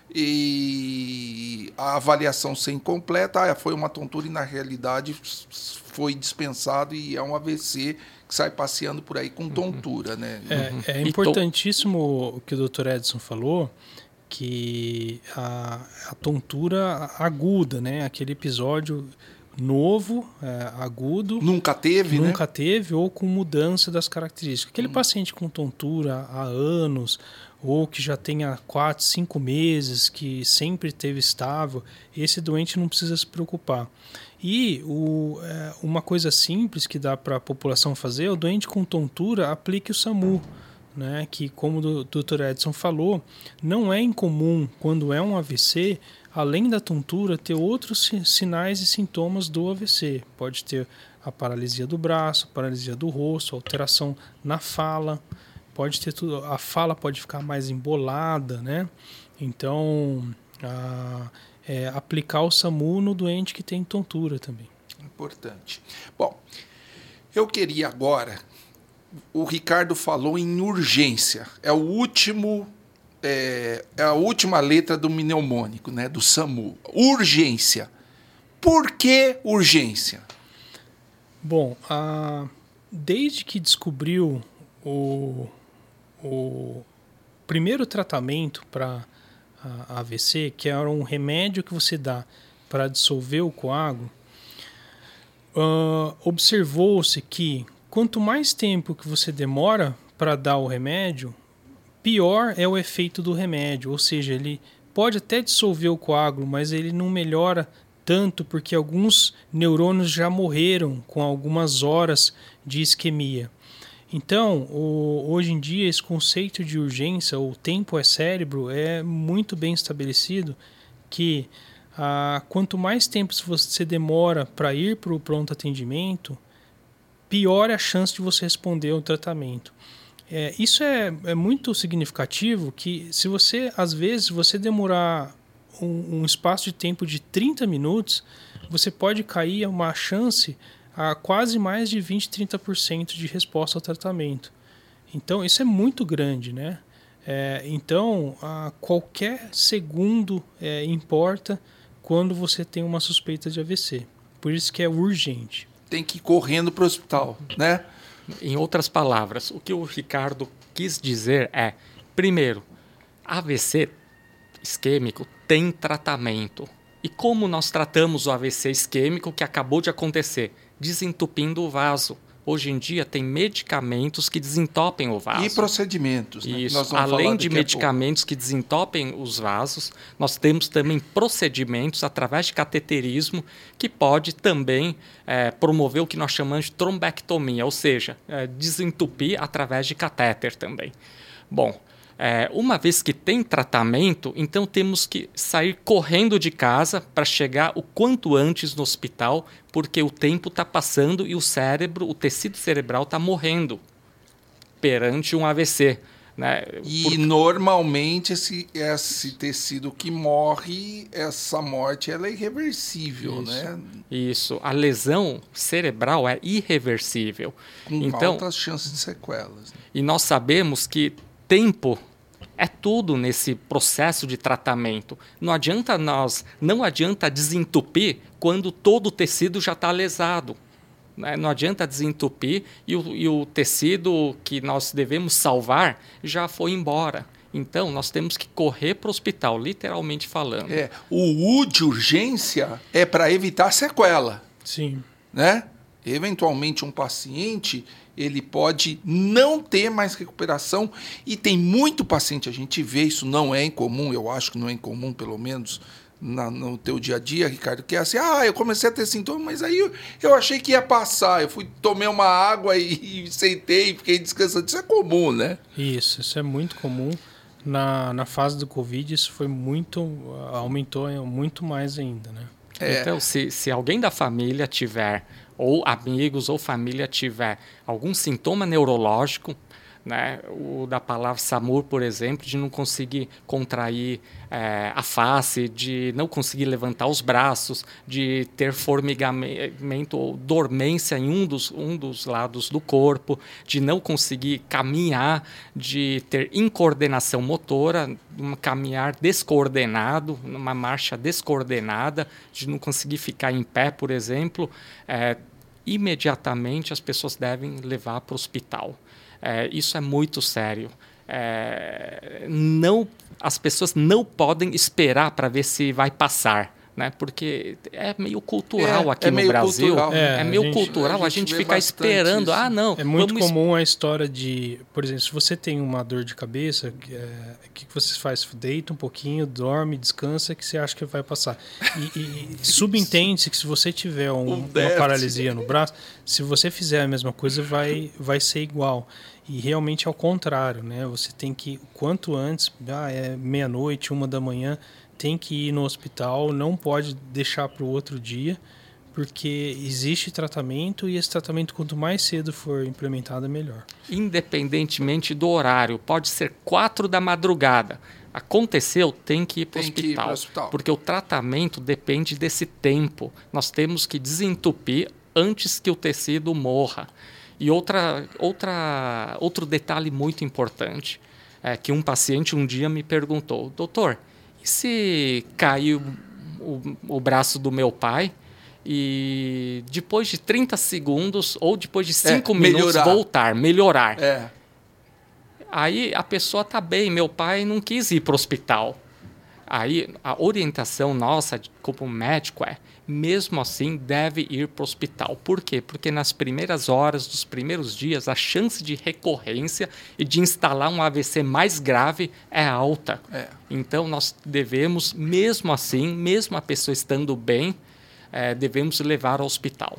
e a avaliação ser incompleta, foi uma tontura e na realidade foi dispensado e é um AVC que sai passeando por aí com tontura. Né? É importantíssimo o que o Dr. Edson falou, que a tontura aguda, né? Aquele episódio novo, agudo. Nunca teve, né? Nunca teve, ou com mudança das características. Aquele paciente com tontura há anos, ou que já tem há 4, 5 meses, que sempre esteve estável, esse doente não precisa se preocupar. E uma coisa simples que dá para a população fazer, o doente com tontura, aplique o SAMU. Né? Que, como o Dr. Edson falou, não é incomum, quando é um AVC, além da tontura, ter outros sinais e sintomas do AVC. Pode ter a paralisia do braço, paralisia do rosto, alteração na fala, pode ter tudo, a fala pode ficar mais embolada, né? Então, aplicar o SAMU no doente que tem tontura também. Importante. Bom, eu queria agora o Ricardo falou em urgência. É o último, é a última letra do mnemônico, né, do SAMU. Urgência. Por que urgência? Bom, desde que descobriu o primeiro tratamento para AVC, que era um remédio que você dá para dissolver o coágulo, observou-se que quanto mais tempo que você demora para dar o remédio, pior é o efeito do remédio. Ou seja, ele pode até dissolver o coágulo, mas ele não melhora tanto porque alguns neurônios já morreram com algumas horas de isquemia. Então, hoje em dia, esse conceito de urgência, o tempo é cérebro, é muito bem estabelecido, que quanto mais tempo você demora para ir para o pronto atendimento, pior é a chance de você responder ao tratamento. Isso é muito significativo, que se você, às vezes, você demorar um espaço de tempo de 30 minutos, você pode cair uma chance a quase mais de 20, 30% de resposta ao tratamento. Então, isso é muito grande, né? Então, qualquer segundo importa quando você tem uma suspeita de AVC. Por isso que é urgente. Tem que ir correndo para o hospital, né? Em outras palavras, o que o Ricardo quis dizer é, primeiro, AVC isquêmico tem tratamento. E como nós tratamos o AVC isquêmico que acabou de acontecer? Desentupindo o vaso. Hoje em dia tem medicamentos que desentopem o vaso. E procedimentos. Né? Isso. Além de medicamentos que desentopem os vasos, nós temos também procedimentos através de cateterismo que pode também promover o que nós chamamos de trombectomia, ou seja, desentupir através de catéter também. Bom, uma vez que tem tratamento, então temos que sair correndo de casa para chegar o quanto antes no hospital, porque o tempo está passando e o cérebro, o tecido cerebral está morrendo perante um AVC. Né? E normalmente esse tecido que morre, essa morte ela é irreversível. Isso, né? Isso. A lesão cerebral é irreversível. Com altas chances de sequelas. Né? E nós sabemos que tempo é tudo nesse processo de tratamento. Não adianta desentupir quando todo o tecido já está lesado. Né? Não adianta desentupir e o tecido que nós devemos salvar já foi embora. Então, nós temos que correr para o hospital, literalmente falando. O U de urgência é para evitar sequela. Sim. Né? Eventualmente, um paciente ele pode não ter mais recuperação e tem muito paciente, a gente vê, isso não é incomum, eu acho que não é incomum, pelo menos no teu dia a dia, Ricardo, que é assim, eu comecei a ter sintomas, mas aí eu achei que ia passar, eu tomei uma água e sentei, fiquei descansando, isso é comum, né? Isso é muito comum. Na fase do Covid, isso foi aumentou muito mais ainda, né? Então, se alguém da família tiver, ou amigos ou família tiver algum sintoma neurológico, né, o da palavra SAMU, por exemplo, de não conseguir contrair a face, de não conseguir levantar os braços, de ter formigamento ou dormência em um dos lados do corpo, de não conseguir caminhar, de ter incoordenação motora, um caminhar descoordenado, uma marcha descoordenada, de não conseguir ficar em pé, por exemplo, imediatamente as pessoas devem levar para o hospital. Isso é muito sério. As pessoas não podem esperar para ver se vai passar, né? Porque é meio cultural aqui no Brasil. É meio cultural a gente ficar esperando. Isso. Não. É muito comum a história de, por exemplo, se você tem uma dor de cabeça, o que você faz? Deita um pouquinho, dorme, descansa, que você acha que vai passar. E subentende-se que se você tiver uma paralisia no braço, se você fizer a mesma coisa, vai ser igual. E realmente é o contrário, né? Você tem que, o quanto antes, meia-noite, 1h, tem que ir no hospital, não pode deixar para o outro dia, porque existe tratamento e esse tratamento, quanto mais cedo for implementado, é melhor. Independentemente do horário, pode ser 4h. Aconteceu, tem que ir para o hospital, porque o tratamento depende desse tempo. Nós temos que desentupir antes que o tecido morra. E outro detalhe muito importante é que um paciente um dia me perguntou: doutor, e se cair o braço do meu pai e depois de 30 segundos ou depois de 5 minutos melhorar? Aí a pessoa está bem, meu pai não quis ir para o hospital. Aí a orientação nossa como médico é, mesmo assim, deve ir para o hospital. Por quê? Porque nas primeiras horas, dos primeiros dias, a chance de recorrência e de instalar um AVC mais grave é alta. Então, nós devemos, mesmo assim, mesmo a pessoa estando bem, devemos levar ao hospital.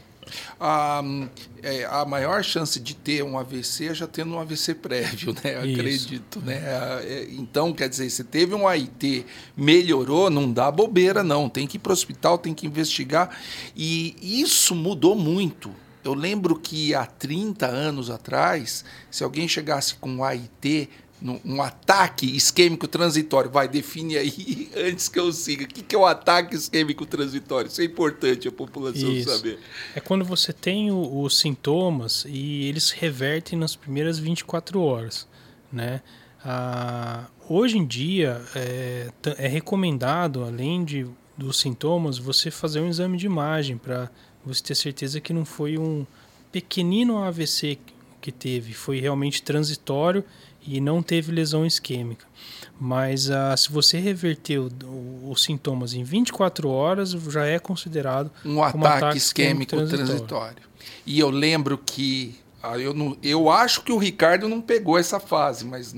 A maior chance de ter um AVC é já tendo um AVC prévio, né? Acredito, né? Então, quer dizer, se teve um AIT, melhorou, não dá bobeira, não. Tem que ir para o hospital, tem que investigar. E isso mudou muito. Eu lembro que há 30 anos atrás, se alguém chegasse com um AIT, um ataque isquêmico transitório, define aí antes que eu siga. O que é o ataque isquêmico transitório? Isso é importante a população saber. É quando você tem os sintomas e eles revertem nas primeiras 24 horas, né? Hoje em dia é recomendado, além dos sintomas, você fazer um exame de imagem para você ter certeza que não foi um pequenino AVC que teve, foi realmente transitório e não teve lesão isquêmica. Mas se você reverter os sintomas em 24 horas, já é considerado um ataque isquêmico transitório. E eu lembro que eu acho que o Ricardo não pegou essa fase, mas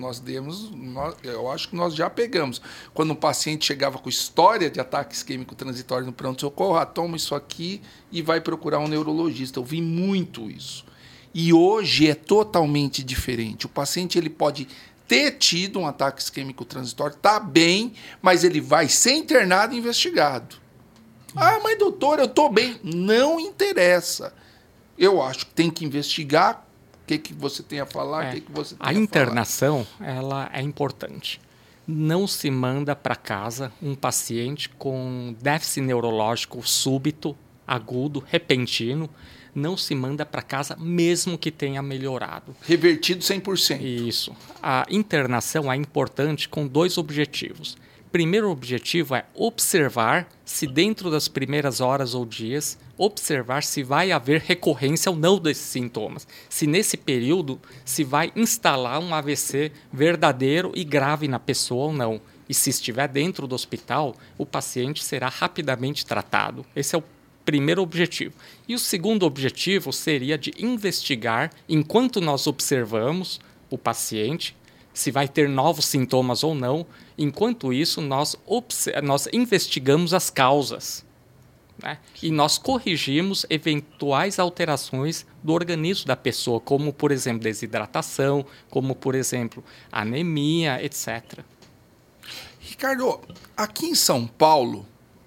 eu acho que nós já pegamos. Quando um paciente chegava com história de ataque isquêmico transitório no pronto-socorro, toma isso aqui e vai procurar um neurologista. Eu vi muito isso. E hoje é totalmente diferente. O paciente ele pode ter tido um ataque isquêmico transitório, está bem, mas ele vai ser internado e investigado. Mas doutor, eu estou bem. Não interessa. Eu acho que tem que investigar. O que você tem a falar? A internação ela é importante. Não se manda para casa um paciente com déficit neurológico súbito, agudo, repentino. Não se manda para casa mesmo que tenha melhorado. Revertido 100%. Isso. A internação é importante com 2 objetivos. Primeiro objetivo é observar se dentro das primeiras horas ou dias, observar se vai haver recorrência ou não desses sintomas. Se nesse período se vai instalar um AVC verdadeiro e grave na pessoa ou não. E se estiver dentro do hospital, o paciente será rapidamente tratado. Esse é o primeiro objetivo. E o segundo objetivo seria de investigar, enquanto nós observamos o paciente, se vai ter novos sintomas ou não. Enquanto isso, nós investigamos as causas, né? E nós corrigimos eventuais alterações do organismo da pessoa, como, por exemplo, desidratação, como, por exemplo, anemia, etc. Ricardo, aqui em São Paulo,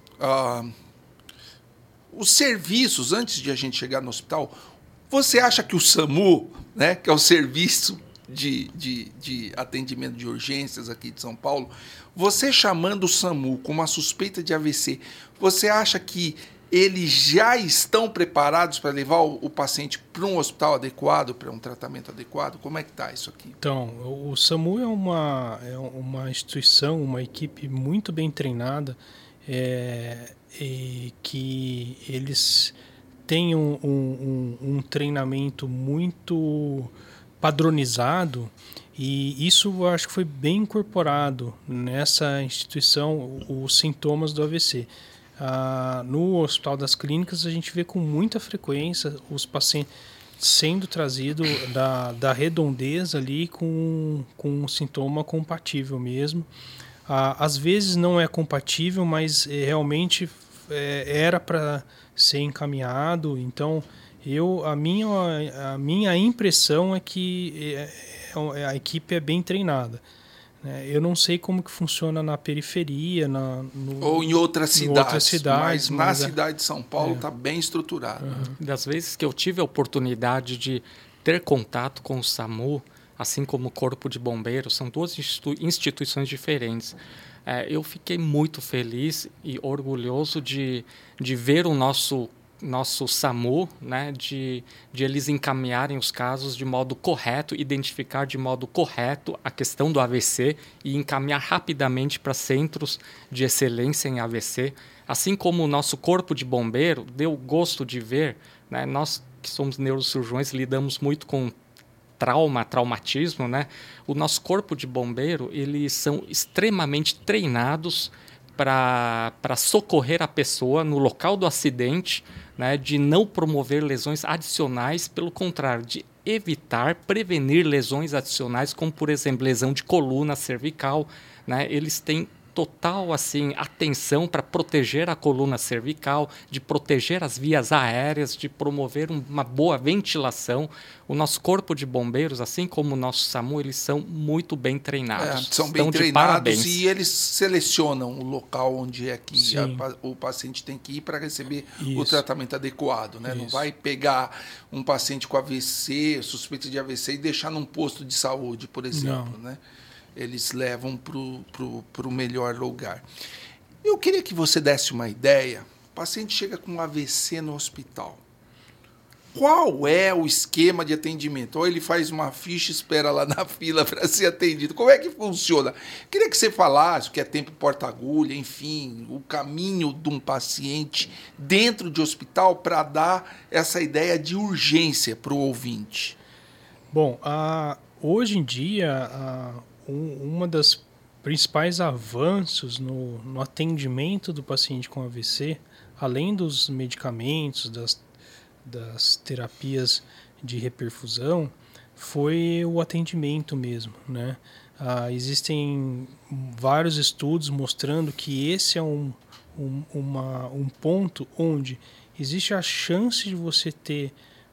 os serviços, antes de a gente chegar no hospital, você acha que o SAMU, né, que é o serviço de atendimento de urgências aqui de São Paulo, você chamando o SAMU com uma suspeita de AVC, você acha que eles já estão preparados para levar o paciente para um hospital adequado, para um tratamento adequado? Como é que está isso aqui? Então, o SAMU é uma instituição, uma equipe muito bem treinada, e que eles têm um treinamento muito padronizado, e isso eu acho que foi bem incorporado nessa instituição, os sintomas do AVC. No Hospital das Clínicas a gente vê com muita frequência os pacientes sendo trazidos da redondeza ali com um sintoma compatível mesmo. Às vezes não é compatível, mas realmente era para ser encaminhado. Então, a minha impressão é que a equipe é bem treinada. Eu não sei como que funciona na periferia, ou em outras cidades, mas na cidade de São Paulo está bem estruturado. Das vezes que eu tive a oportunidade de ter contato com o SAMU, assim como o Corpo de Bombeiros, são 2 instituições diferentes. Eu fiquei muito feliz e orgulhoso de ver o nosso nosso SAMU, né, de eles encaminharem os casos de modo correto, identificar de modo correto a questão do AVC e encaminhar rapidamente para centros de excelência em AVC. Assim como o nosso corpo de bombeiro, deu gosto de ver, né, nós que somos neurocirurgiões lidamos muito com traumatismo, né? O nosso corpo de bombeiro, eles são extremamente treinados para socorrer a pessoa no local do acidente, né, de não promover lesões adicionais, pelo contrário, de evitar, prevenir lesões adicionais, como, por exemplo, lesão de coluna cervical, né? Eles têm total assim, atenção para proteger a coluna cervical, de proteger as vias aéreas, de promover uma boa ventilação. O nosso corpo de bombeiros, assim como o nosso SAMU, eles são muito bem treinados. São bem treinados e eles selecionam o local onde é que o paciente tem que ir para receber o tratamento adequado. Né? Não vai pegar um paciente com AVC, suspeita de AVC, e deixar num posto de saúde, por exemplo. Né? Eles levam para o melhor lugar. Eu queria que você desse uma ideia. O paciente chega com um AVC no hospital. Qual é o esquema de atendimento? Ou ele faz uma ficha e espera lá na fila para ser atendido? Como é que funciona? Queria que você falasse o que é tempo porta-agulha, enfim, o caminho de um paciente dentro de hospital para dar essa ideia de urgência para o ouvinte. Bom, hoje em dia, uma das principais avanços no atendimento do paciente com AVC, além dos medicamentos, das terapias de reperfusão, foi o atendimento mesmo, né? Existem vários estudos mostrando que esse é um ponto onde existe a chance de você ter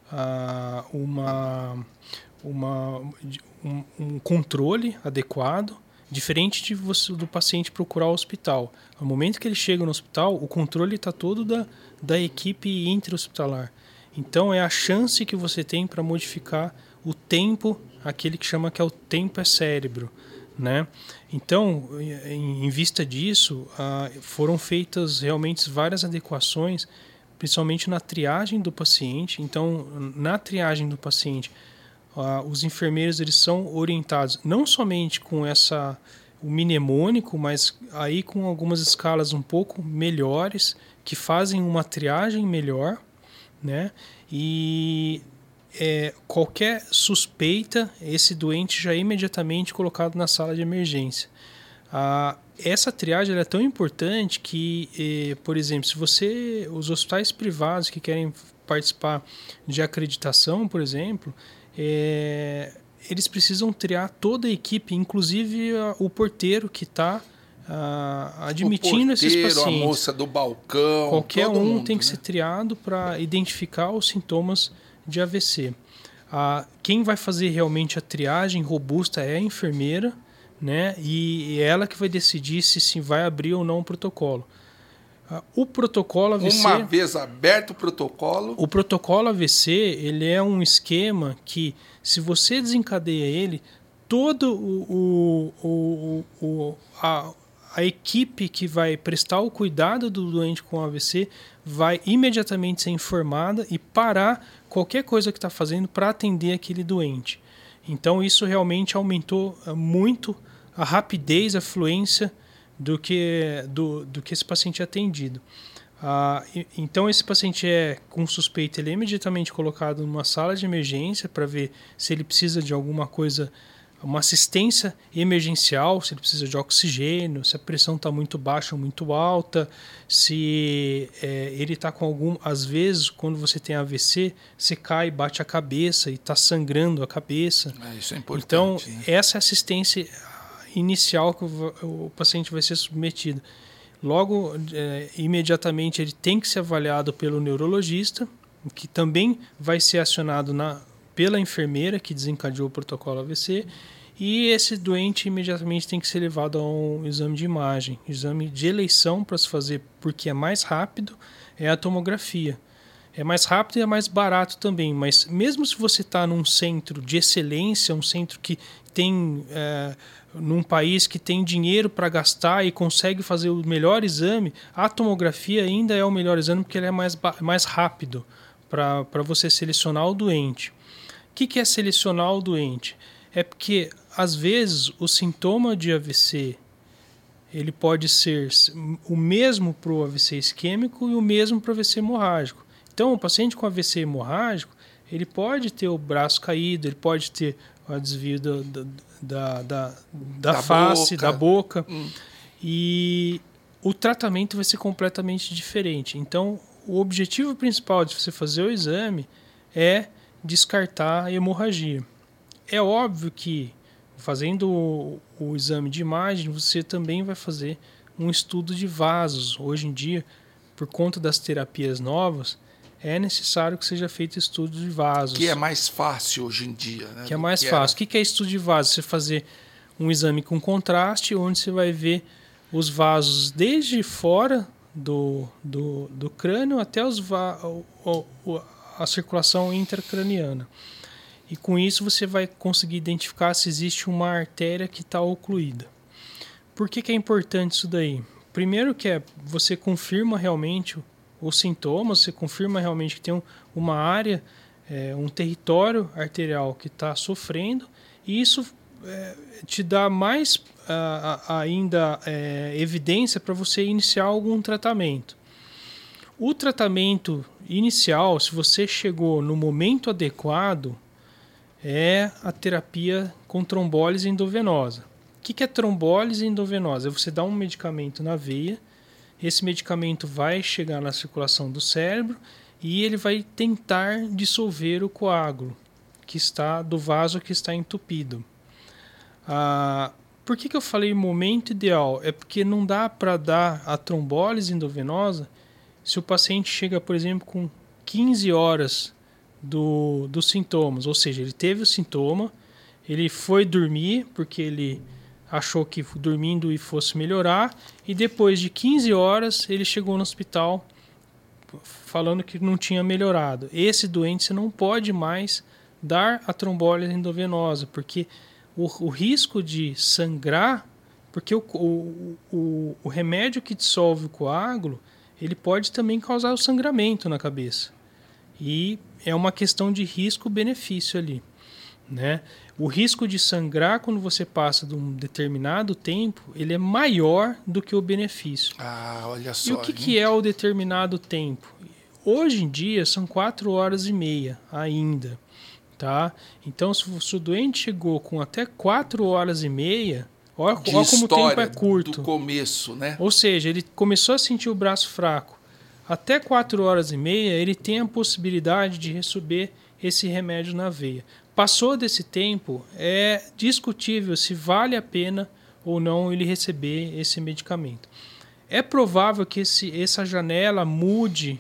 um controle adequado, diferente do paciente procurar o hospital. No momento que ele chega no hospital, o controle está todo da equipe intra-hospitalar. Então, é a chance que você tem para modificar o tempo, aquele que chama que é o tempo é cérebro. Né? Então, em vista disso, foram feitas realmente várias adequações, principalmente na triagem do paciente. Então, na triagem do paciente, os enfermeiros eles são orientados não somente com o mnemônico, mas aí com algumas escalas um pouco melhores, que fazem uma triagem melhor, né? E qualquer suspeita, esse doente já é imediatamente colocado na sala de emergência. Essa triagem é tão importante que, por exemplo, se os hospitais privados que querem participar de acreditação, por exemplo, eles precisam triar toda a equipe, inclusive o porteiro que está admitindo esses pacientes. A moça do balcão. Qualquer um tem que ser triado para identificar os sintomas de AVC. Quem vai fazer realmente a triagem robusta é a enfermeira, né? E é ela que vai decidir se vai abrir ou não o protocolo. O protocolo AVC... Uma vez aberto o protocolo... O protocolo AVC ele é um esquema que, se você desencadeia ele, toda a equipe que vai prestar o cuidado do doente com AVC vai imediatamente ser informada e parar qualquer coisa que está fazendo para atender aquele doente. Então, isso realmente aumentou muito a rapidez, a fluência do que esse paciente é atendido. Então, esse paciente com suspeita, ele é imediatamente colocado numa sala de emergência para ver se ele precisa de alguma coisa, uma assistência emergencial, se ele precisa de oxigênio, se a pressão está muito baixa ou muito alta, se ele está com algum... Às vezes, quando você tem AVC, você cai, bate a cabeça e está sangrando a cabeça. Isso é importante. Então, essa é a assistência inicial que o paciente vai ser submetido. Logo, imediatamente, ele tem que ser avaliado pelo neurologista, que também vai ser acionado pela enfermeira que desencadeou o protocolo AVC, e esse doente imediatamente tem que ser levado a um exame de imagem, exame de eleição para se fazer, porque é mais rápido, é a tomografia. É mais rápido e é mais barato também, mas mesmo se você está num centro de excelência, um centro que tem, num país que tem dinheiro para gastar e consegue fazer o melhor exame, a tomografia ainda é o melhor exame porque ele é mais rápido para você selecionar o doente. O que é selecionar o doente? É porque, às vezes, o sintoma de AVC ele pode ser o mesmo para o AVC isquêmico e o mesmo para o AVC hemorrágico. Então, o paciente com AVC hemorrágico, ele pode ter o braço caído, ele pode ter o desvio da face, da boca. E o tratamento vai ser completamente diferente. Então, o objetivo principal de você fazer o exame é descartar a hemorragia. É óbvio que, fazendo o exame de imagem, você também vai fazer um estudo de vasos. Hoje em dia, por conta das terapias novas, é necessário que seja feito estudo de vasos. Que é mais fácil hoje em dia. Né? Que é mais fácil. O que é estudo de vasos? Você fazer um exame com contraste, onde você vai ver os vasos desde fora do crânio até a circulação intracraniana. E com isso você vai conseguir identificar se existe uma artéria que está ocluída. Por que é importante isso daí? Primeiro que você confirma realmente os sintomas, você confirma realmente que tem uma área, um território arterial que está sofrendo, e isso te dá mais ainda evidência para você iniciar algum tratamento. O tratamento inicial, se você chegou no momento adequado, é a terapia com trombólise endovenosa. O que é trombólise endovenosa? É você dar um medicamento na veia, esse medicamento vai chegar na circulação do cérebro e ele vai tentar dissolver o coágulo do vaso que está entupido. Por que eu falei momento ideal? É porque não dá para dar a trombólise endovenosa se o paciente chega, por exemplo, com 15 horas dos sintomas, ou seja, ele teve o sintoma, ele foi dormir porque ele achou que dormindo e fosse melhorar, e depois de 15 horas ele chegou no hospital falando que não tinha melhorado. Esse doente você não pode mais dar a trombólise endovenosa, porque o risco de sangrar, porque o remédio que dissolve o coágulo, ele pode também causar o sangramento na cabeça. E é uma questão de risco-benefício ali, né? O risco de sangrar quando você passa de um determinado tempo, ele é maior do que o benefício. Olha só. E o que é o determinado tempo? Hoje em dia são 4 horas e meia ainda, tá? Então, se o doente chegou com até 4 horas e meia, olha como o tempo é curto. Do começo, né? Ou seja, ele começou a sentir o braço fraco. Até 4 horas e meia, ele tem a possibilidade de receber esse remédio na veia. Passou desse tempo, é discutível se vale a pena ou não ele receber esse medicamento. É provável que essa janela mude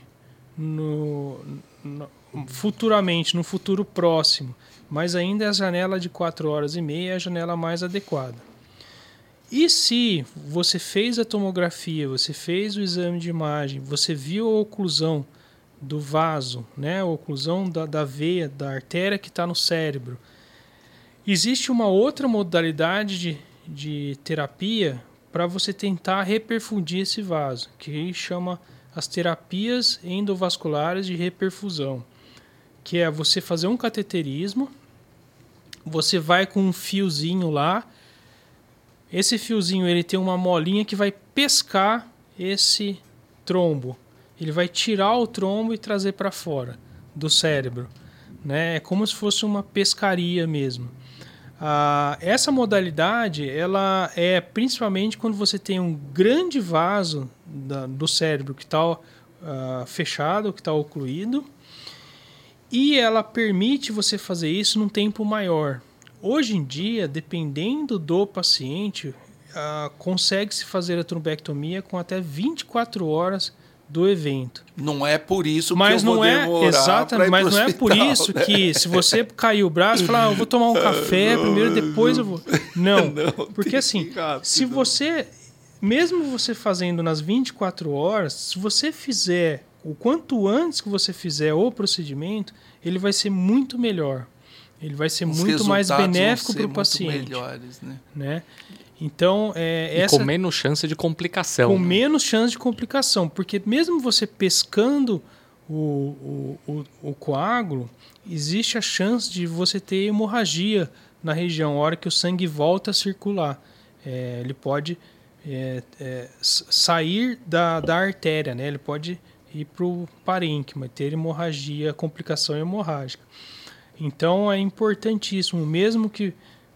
futuramente, no futuro próximo, mas ainda a janela de 4 horas e meia é a janela mais adequada. E se você fez a tomografia, você fez o exame de imagem, você viu a oclusão do vaso, né, a oclusão da veia, da artéria que está no cérebro, existe uma outra modalidade de terapia para você tentar reperfundir esse vaso, que chama as terapias endovasculares de reperfusão, que é você fazer um cateterismo, você vai com um fiozinho lá, esse fiozinho ele tem uma molinha que vai pescar esse trombo. Ele vai tirar o trombo e trazer para fora do cérebro, né? É como se fosse uma pescaria mesmo. Essa modalidade ela é principalmente quando você tem um grande vaso do cérebro que está fechado, que está ocluído, e ela permite você fazer isso num tempo maior. Hoje em dia, dependendo do paciente, consegue-se fazer a trombectomia com até 24 horas do evento. Não é por isso mas que eu vou demorar exatamente, mas não hospital, é por isso, né? Que se você cair o braço e falar, eu vou tomar um café primeiro, depois eu vou... Não, porque assim, se você, mesmo você fazendo nas 24 horas, se você fizer o quanto antes que você fizer o procedimento, ele vai ser muito melhor. Ele vai ser muito mais benéfico para o paciente. Melhores, né? Então, com menos chance de complicação. Com menos chance de complicação, porque mesmo você pescando o coágulo, existe a chance de você ter hemorragia na região, a hora que o sangue volta a circular. Ele pode sair da artéria, né? Ele pode ir para o parênquima, ter hemorragia, complicação hemorrágica. Então é importantíssimo, mesmo que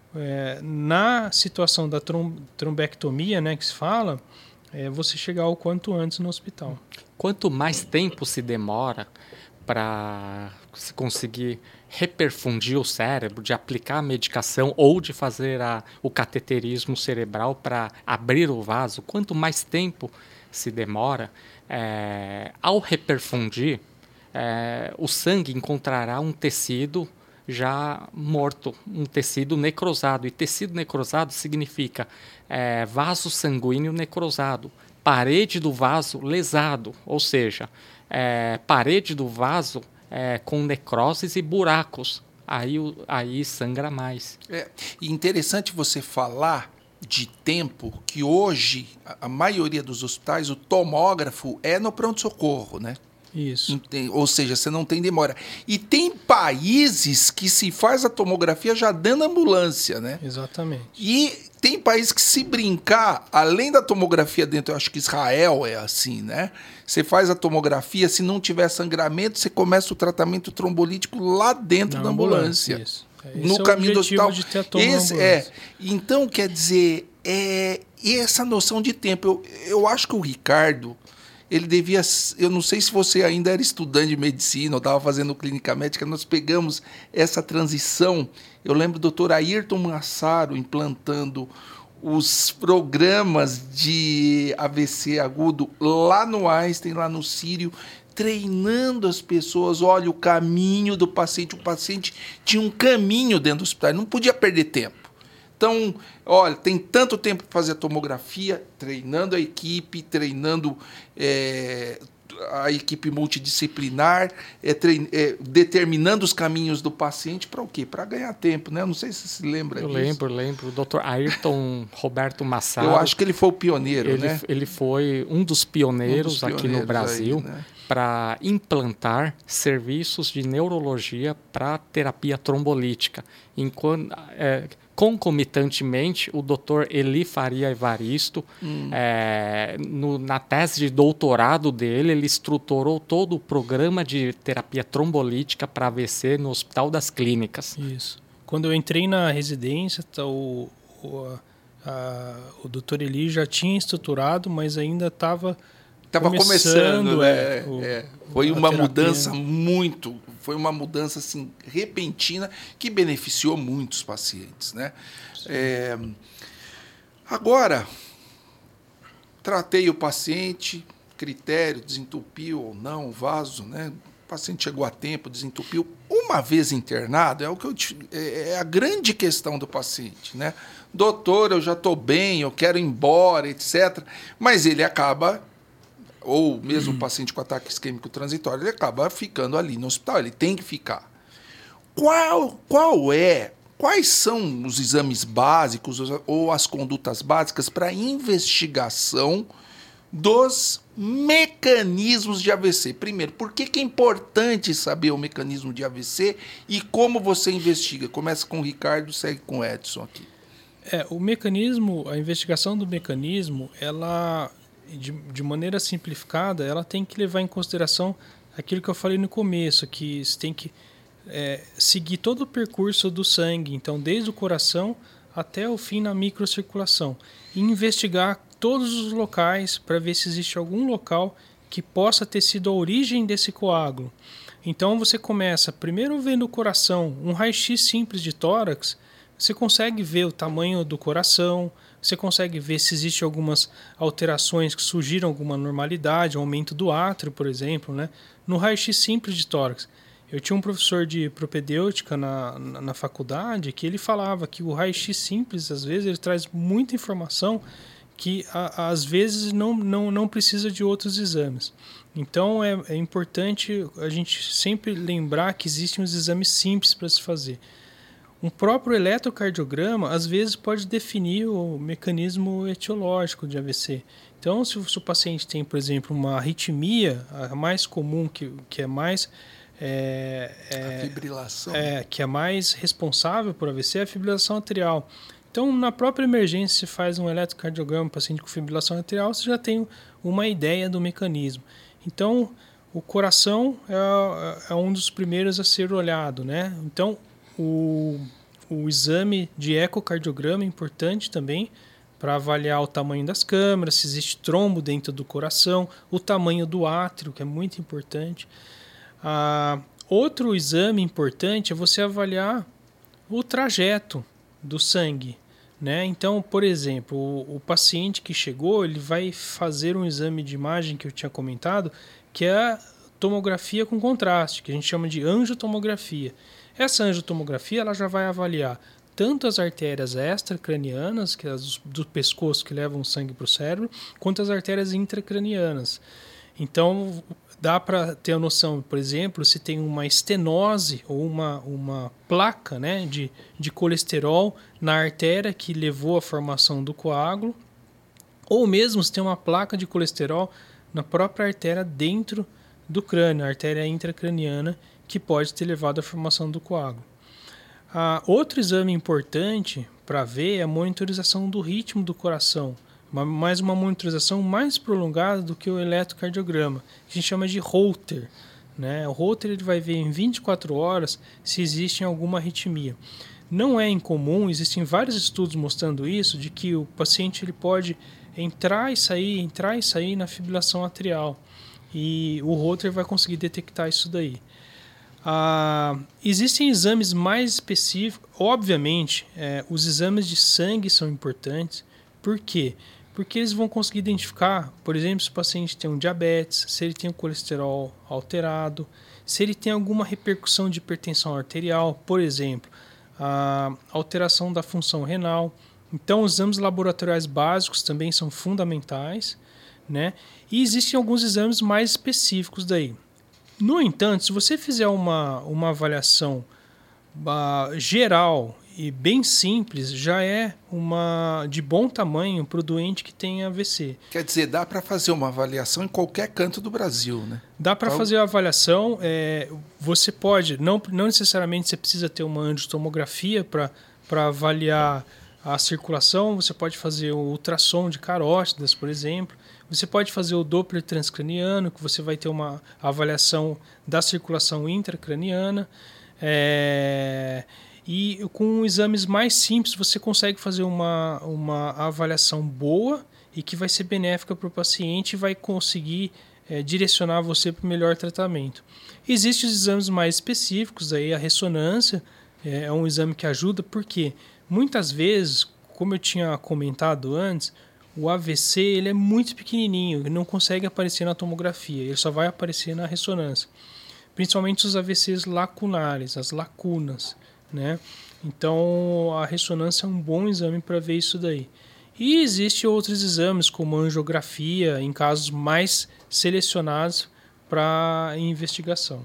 na situação da trombectomia, né, que se fala, você chegar o quanto antes no hospital. Quanto mais tempo se demora para se conseguir reperfundir o cérebro, de aplicar a medicação ou de fazer o cateterismo cerebral para abrir o vaso, quanto mais tempo se demora, ao reperfundir, o sangue encontrará um tecido já morto, um tecido necrosado. E tecido necrosado significa vaso sanguíneo necrosado, parede do vaso lesado, ou seja, parede do vaso com necroses e buracos. Aí sangra mais. E interessante você falar de tempo, que hoje a maioria dos hospitais, o tomógrafo é no pronto-socorro, né? Isso. Ou seja, você não tem demora. E tem países que se faz a tomografia já dando ambulância, né? Exatamente. E tem países que, se brincar, além da tomografia dentro, eu acho que Israel é assim, né? Você faz a tomografia, se não tiver sangramento, você começa o tratamento trombolítico lá dentro da ambulância. Isso. No caminho do hospital. De ter a Então, quer dizer, essa noção de tempo. Eu acho que o Ricardo, ele devia... Eu não sei se você ainda era estudante de medicina ou estava fazendo clínica médica, nós pegamos essa transição. Eu lembro do Dr. Ayrton Massaro implantando os programas de AVC agudo lá no Einstein, lá no Sírio, treinando as pessoas. Olha, o caminho do paciente. O paciente tinha um caminho dentro do hospital, não podia perder tempo. Então, olha, tem tanto tempo para fazer a tomografia, treinando a equipe, treinando a equipe multidisciplinar, determinando os caminhos do paciente para o quê? Para ganhar tempo, né? Eu não sei se você se lembra disso. Lembro. O Dr. Ayrton Roberto Massaro. Eu acho que ele foi o pioneiro, né? Ele foi um dos pioneiros aqui no Brasil, aí, né? Para implantar serviços de neurologia para terapia trombolítica. Concomitantemente, o Dr. Eli Faria Evaristo, na tese de doutorado dele, ele estruturou todo o programa de terapia trombolítica para AVC no Hospital das Clínicas. Isso. Quando eu entrei na residência, o Dr. Eli já tinha estruturado, mas ainda estava começando, né? Foi uma mudança foi uma mudança assim repentina que beneficiou muitos pacientes, né? Agora, tratei o paciente, critério, desentupiu ou não o vaso, né? O paciente chegou a tempo, desentupiu. Uma vez internado, é a grande questão do paciente, né? Doutor, eu já estou bem, eu quero ir embora, etc. Mas ele acaba, ou mesmo o paciente com ataque isquêmico transitório, ele acaba ficando ali no hospital, ele tem que ficar. Quais são os exames básicos ou as condutas básicas para investigação dos mecanismos de AVC? Primeiro, por que é importante saber o mecanismo de AVC e como você investiga? Começa com o Ricardo, segue com o Edson aqui. O mecanismo, a investigação do mecanismo, ela, de maneira simplificada, ela tem que levar em consideração aquilo que eu falei no começo, que você tem que seguir todo o percurso do sangue, então desde o coração até o fim na microcirculação, e investigar todos os locais para ver se existe algum local que possa ter sido a origem desse coágulo. Então você começa primeiro vendo o coração, um raio-x simples de tórax, você consegue ver o tamanho do coração, você consegue ver se existem algumas alterações que surgiram, alguma normalidade, aumento do átrio, por exemplo, né? No raio-x simples de tórax. Eu tinha um professor de propedêutica na faculdade que ele falava que o raio-x simples, às vezes, ele traz muita informação que às vezes não precisa de outros exames. Então é importante a gente sempre lembrar que existem os exames simples para se fazer. Um próprio eletrocardiograma às vezes pode definir o mecanismo etiológico de AVC. Então, se o paciente tem, por exemplo, uma arritmia, a mais comum, que é mais a fibrilação. Que é mais responsável por AVC, é a fibrilação atrial. Então, na própria emergência, se faz um eletrocardiograma paciente com fibrilação atrial, você já tem uma ideia do mecanismo. Então, o coração é um dos primeiros a ser olhado, né? Então, o exame de ecocardiograma é importante também para avaliar o tamanho das câmaras, se existe trombo dentro do coração, o tamanho do átrio, que é muito importante. Outro exame importante é você avaliar o trajeto do sangue, né? Então, por exemplo, o paciente que chegou, ele vai fazer um exame de imagem que eu tinha comentado, que é a tomografia com contraste, que a gente chama de angiotomografia. Essa angiotomografia ela já vai avaliar tanto as artérias extracranianas, que é as do pescoço que levam o sangue para o cérebro, quanto as artérias intracranianas. Então, dá para ter a noção, por exemplo, se tem uma estenose ou uma placa, né, de colesterol na artéria que levou à formação do coágulo, ou mesmo se tem uma placa de colesterol na própria artéria dentro do crânio, a artéria intracraniana, que pode ter levado à formação do coágulo. Outro exame importante para ver é a monitorização do ritmo do coração, mas uma monitorização mais prolongada do que o eletrocardiograma, que a gente chama de Holter, né? O Holter ele vai ver em 24 horas se existe alguma arritmia. Não é incomum, existem vários estudos mostrando isso, de que o paciente ele pode entrar e sair na fibrilação atrial. E o Holter vai conseguir detectar isso daí. Existem exames mais específicos. Obviamente, os exames de sangue são importantes. Por quê? Porque eles vão conseguir identificar, por exemplo, se o paciente tem um diabetes, se ele tem um colesterol alterado, se ele tem alguma repercussão de hipertensão arterial, por exemplo, a alteração da função renal. Então, os exames laboratoriais básicos também são fundamentais, né? E existem alguns exames mais específicos daí. No entanto, se você fizer uma avaliação geral e bem simples, já é de bom tamanho para o doente que tem AVC. Quer dizer, dá para fazer uma avaliação em qualquer canto do Brasil, né? Dá para fazer a avaliação. Você pode, não necessariamente você precisa ter uma angiotomografia para avaliar a circulação. Você pode fazer o ultrassom de carótidas, por exemplo. Você pode fazer o Doppler transcraniano, que você vai ter uma avaliação da circulação intracraniana. E com exames mais simples você consegue fazer uma avaliação boa e que vai ser benéfica para o paciente e vai conseguir direcionar você para o melhor tratamento. Existem os exames mais específicos, aí a ressonância é um exame que ajuda, porque muitas vezes, como eu tinha comentado antes, o AVC ele é muito pequenininho, ele não consegue aparecer na tomografia, ele só vai aparecer na ressonância. Principalmente os AVCs lacunares, as lacunas, né? Então, a ressonância é um bom exame para ver isso daí. E existem outros exames, como a angiografia, em casos mais selecionados para investigação.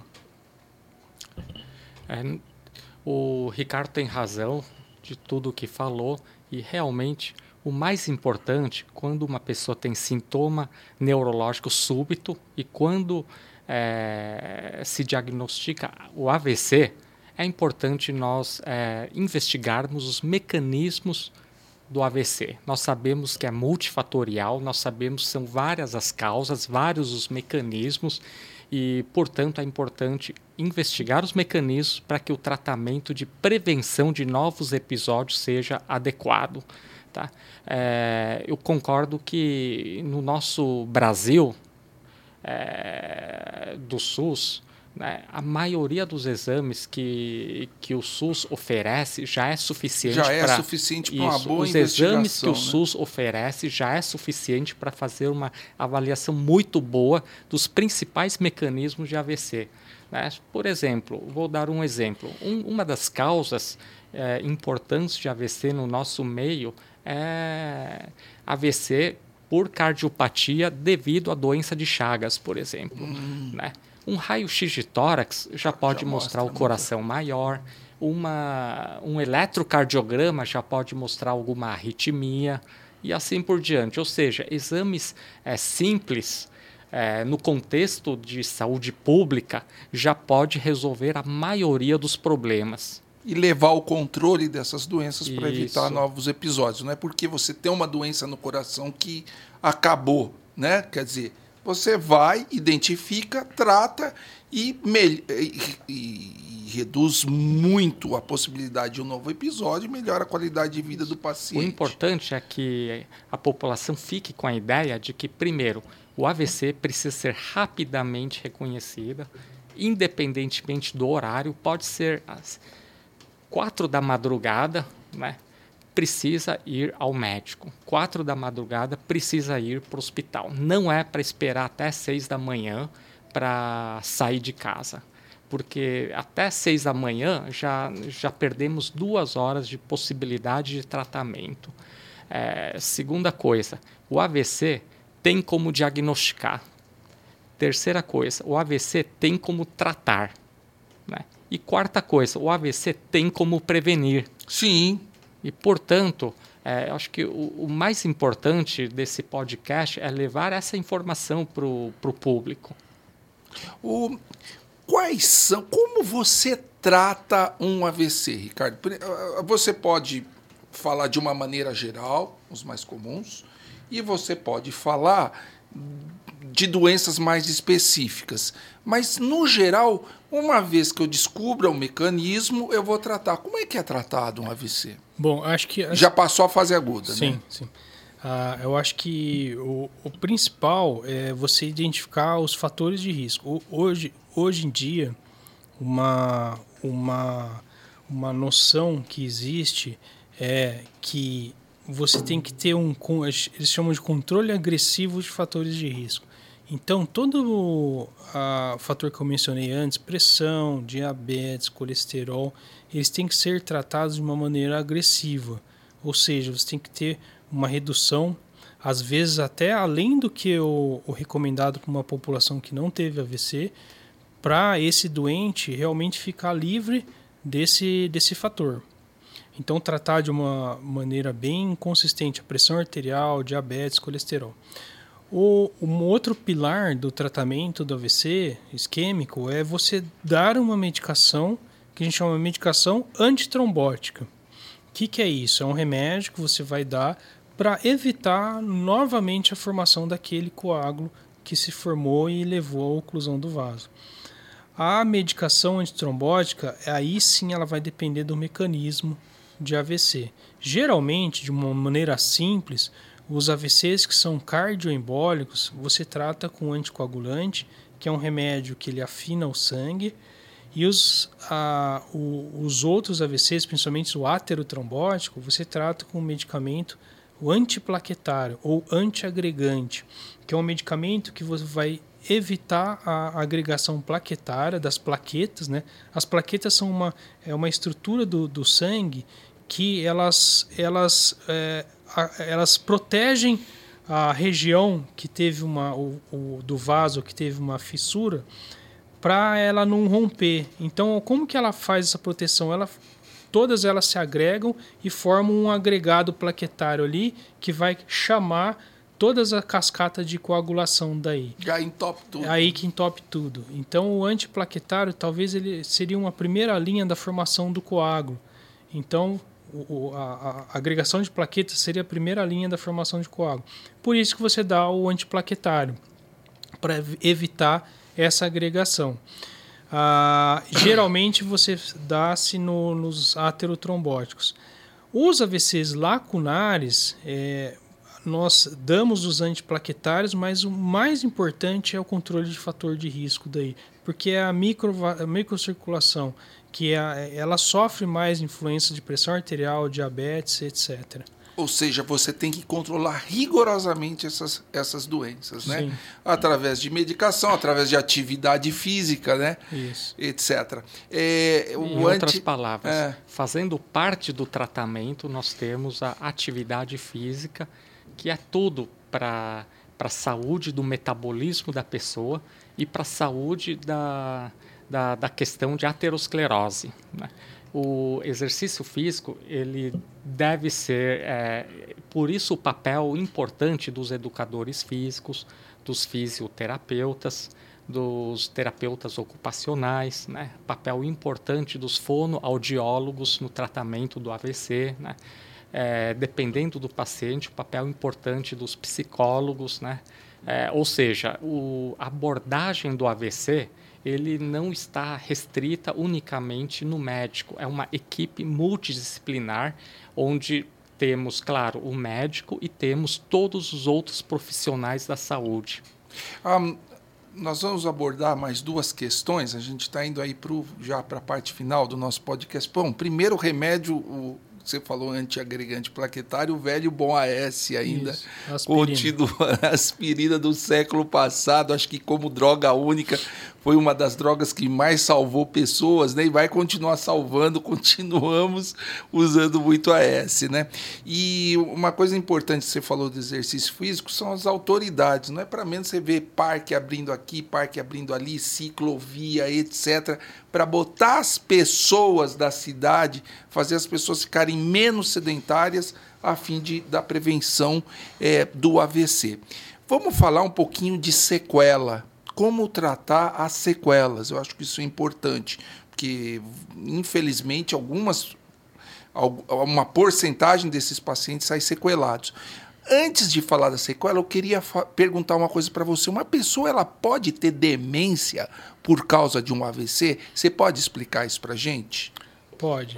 O Ricardo tem razão de tudo o que falou e realmente o mais importante, quando uma pessoa tem sintoma neurológico súbito e quando se diagnostica o AVC, é importante nós investigarmos os mecanismos do AVC. Nós sabemos que é multifatorial, nós sabemos que são várias as causas, vários os mecanismos e, portanto, é importante investigar os mecanismos para que o tratamento de prevenção de novos episódios seja adequado. Tá? Eu concordo que no nosso Brasil do SUS, né? A maioria dos exames que o SUS oferece já é suficiente para... Já é suficiente para uma boa Os investigação. exames que o SUS oferece já é suficiente para fazer uma avaliação muito boa dos principais mecanismos de AVC. Né? Por exemplo, vou dar um exemplo. Uma das causas importantes de AVC no nosso meio é AVC por cardiopatia devido à doença de Chagas, por exemplo. Né? Um raio-x de tórax já pode mostrar o coração maior, um eletrocardiograma já pode mostrar alguma arritmia e assim por diante. Ou seja, exames simples no contexto de saúde pública já pode resolver a maioria dos problemas. E levar o controle dessas doenças para evitar novos episódios. Não é porque você tem uma doença no coração que acabou, né? Quer dizer, você vai, identifica, trata e reduz muito a possibilidade de um novo episódio e melhora a qualidade de vida do paciente. O importante é que a população fique com a ideia de que, primeiro, o AVC precisa ser rapidamente reconhecida, independentemente do horário, pode ser às 4 da madrugada, né? Precisa ir ao médico. 4 da madrugada precisa ir para o hospital. Não é para esperar até 6 da manhã para sair de casa. Porque até 6 da manhã já perdemos 2 horas de possibilidade de tratamento. Segunda coisa, o AVC tem como diagnosticar. Terceira coisa, o AVC tem como tratar. Né? E quarta coisa, o AVC tem como prevenir. Sim. E, portanto, eu acho que o mais importante desse podcast é levar essa informação para o público. Como você trata um AVC, Ricardo? Você pode falar de uma maneira geral, os mais comuns, e você pode falar de doenças mais específicas. Mas, no geral, uma vez que eu descubra o mecanismo, eu vou tratar. Como é que é tratado um AVC? Bom, acho que... Já passou a fase aguda, sim, né? Sim. Eu acho que o principal é você identificar os fatores de risco. Hoje em dia, uma noção que existe é que você tem que ter eles chamam de controle agressivo de fatores de risco. Então, todo fator que eu mencionei antes, pressão, diabetes, colesterol, eles têm que ser tratados de uma maneira agressiva. Ou seja, você tem que ter uma redução, às vezes até além do que o recomendado para uma população que não teve AVC, para esse doente realmente ficar livre desse fator. Então, tratar de uma maneira bem consistente a pressão arterial, diabetes, colesterol. Um outro pilar do tratamento do AVC isquêmico é você dar uma medicação que a gente chama de medicação antitrombótica. O que é isso? É um remédio que você vai dar para evitar novamente a formação daquele coágulo que se formou e levou à oclusão do vaso. A medicação antitrombótica, aí sim ela vai depender do mecanismo de AVC. Geralmente, de uma maneira simples, os AVCs que são cardioembólicos, você trata com anticoagulante, que é um remédio que ele afina o sangue, e os outros AVCs, principalmente o áterotrombótico, você trata com um medicamento, o antiplaquetário ou antiagregante, que é um medicamento que você vai evitar a agregação plaquetária das plaquetas, né? As plaquetas são uma estrutura do sangue que elas protegem a região que teve do vaso que teve uma fissura para ela não romper. Então, como que ela faz essa proteção? Todas elas se agregam e formam um agregado plaquetário ali que vai chamar todas a cascata de coagulação daí. Já entope tudo. Aí que entope tudo. Então, o antiplaquetário talvez ele seria uma primeira linha da formação do coágulo. Então, a agregação de plaquetas seria a primeira linha da formação de coágulo. Por isso que você dá o antiplaquetário, para evitar essa agregação. Geralmente você dá-se nos aterotrombóticos. Os AVCs lacunares, nós damos os antiplaquetários, mas o mais importante é o controle de fator de risco daí, porque é a microcirculação, que ela sofre mais influência de pressão arterial, diabetes, etc. Ou seja, você tem que controlar rigorosamente essas doenças, né? Sim. Através de medicação, através de atividade física, né? Isso. Etc. Em outras palavras, fazendo parte do tratamento, nós temos a atividade física, que é tudo para a saúde do metabolismo da pessoa e para a saúde da questão de aterosclerose, né? O exercício físico, ele deve ser, por isso o papel importante dos educadores físicos, dos fisioterapeutas, dos terapeutas ocupacionais, né? Papel importante dos fonoaudiólogos no tratamento do AVC, né? Dependendo do paciente, o papel importante dos psicólogos, né? Ou seja, a abordagem do AVC, ele não está restrita unicamente no médico. É uma equipe multidisciplinar, onde temos, claro, o médico e temos todos os outros profissionais da saúde. Nós vamos abordar mais duas questões. A gente está indo aí já para a parte final do nosso podcast. Bom, primeiro remédio, você falou antiagregante plaquetário, o velho bom AS ainda. Isso, aspirina. Continua a aspirina do século passado, acho que como droga única foi uma das drogas que mais salvou pessoas, né? E vai continuar salvando, continuamos usando muito AS, né? E uma coisa importante que você falou do exercício físico são as autoridades, não é para menos você ver parque abrindo aqui, parque abrindo ali, ciclovia, etc., para botar as pessoas da cidade, fazer as pessoas ficarem menos sedentárias a fim da prevenção do AVC. Vamos falar um pouquinho de sequela. Como tratar as sequelas? Eu acho que isso é importante, porque, infelizmente, uma porcentagem desses pacientes saem sequelados. Antes de falar da sequela, eu queria perguntar uma coisa para você. Uma pessoa ela pode ter demência por causa de um AVC? Você pode explicar isso para a gente? Pode.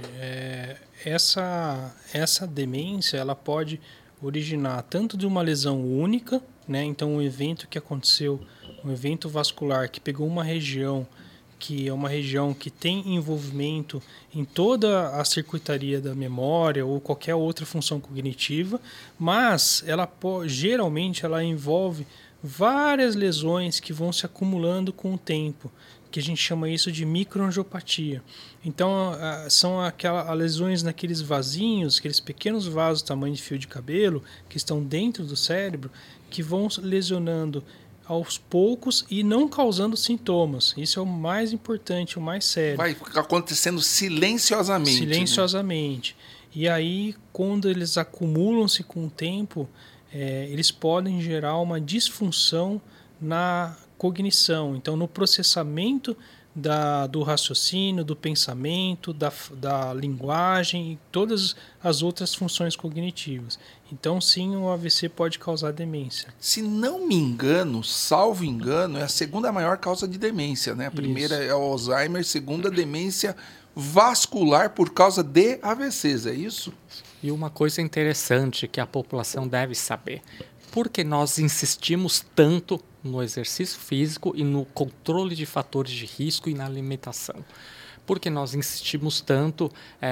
Essa demência ela pode originar tanto de uma lesão única, né? Então, um evento que aconteceu, um evento vascular que pegou uma região que é uma região que tem envolvimento em toda a circuitaria da memória ou qualquer outra função cognitiva, mas geralmente ela envolve várias lesões que vão se acumulando com o tempo, que a gente chama isso de microangiopatia. Então, são aquelas lesões naqueles vasinhos, aqueles pequenos vasos do tamanho de fio de cabelo, que estão dentro do cérebro, que vão lesionando aos poucos e não causando sintomas. Isso é o mais importante, o mais sério. Vai acontecendo silenciosamente. Silenciosamente. Né? E aí, quando eles acumulam-se com o tempo, eles podem gerar uma disfunção na cognição. Então, no processamento do raciocínio, do pensamento, da linguagem e todas as outras funções cognitivas. Então, sim, o AVC pode causar demência. Se não me engano, salvo engano, é a segunda maior causa de demência, né? A primeira é o Alzheimer, segunda demência vascular por causa de AVCs, é isso? E uma coisa interessante que a população deve saber. Por que nós insistimos tanto no exercício físico e no controle de fatores de risco e na alimentação? Por que nós insistimos tanto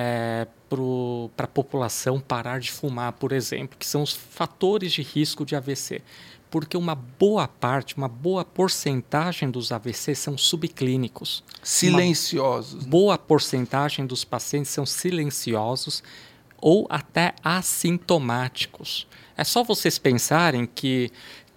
para a população parar de fumar, por exemplo, que são os fatores de risco de AVC? Porque uma boa porcentagem dos AVC são subclínicos. Silenciosos. Uma boa porcentagem dos pacientes são silenciosos ou até assintomáticos. É só vocês pensarem que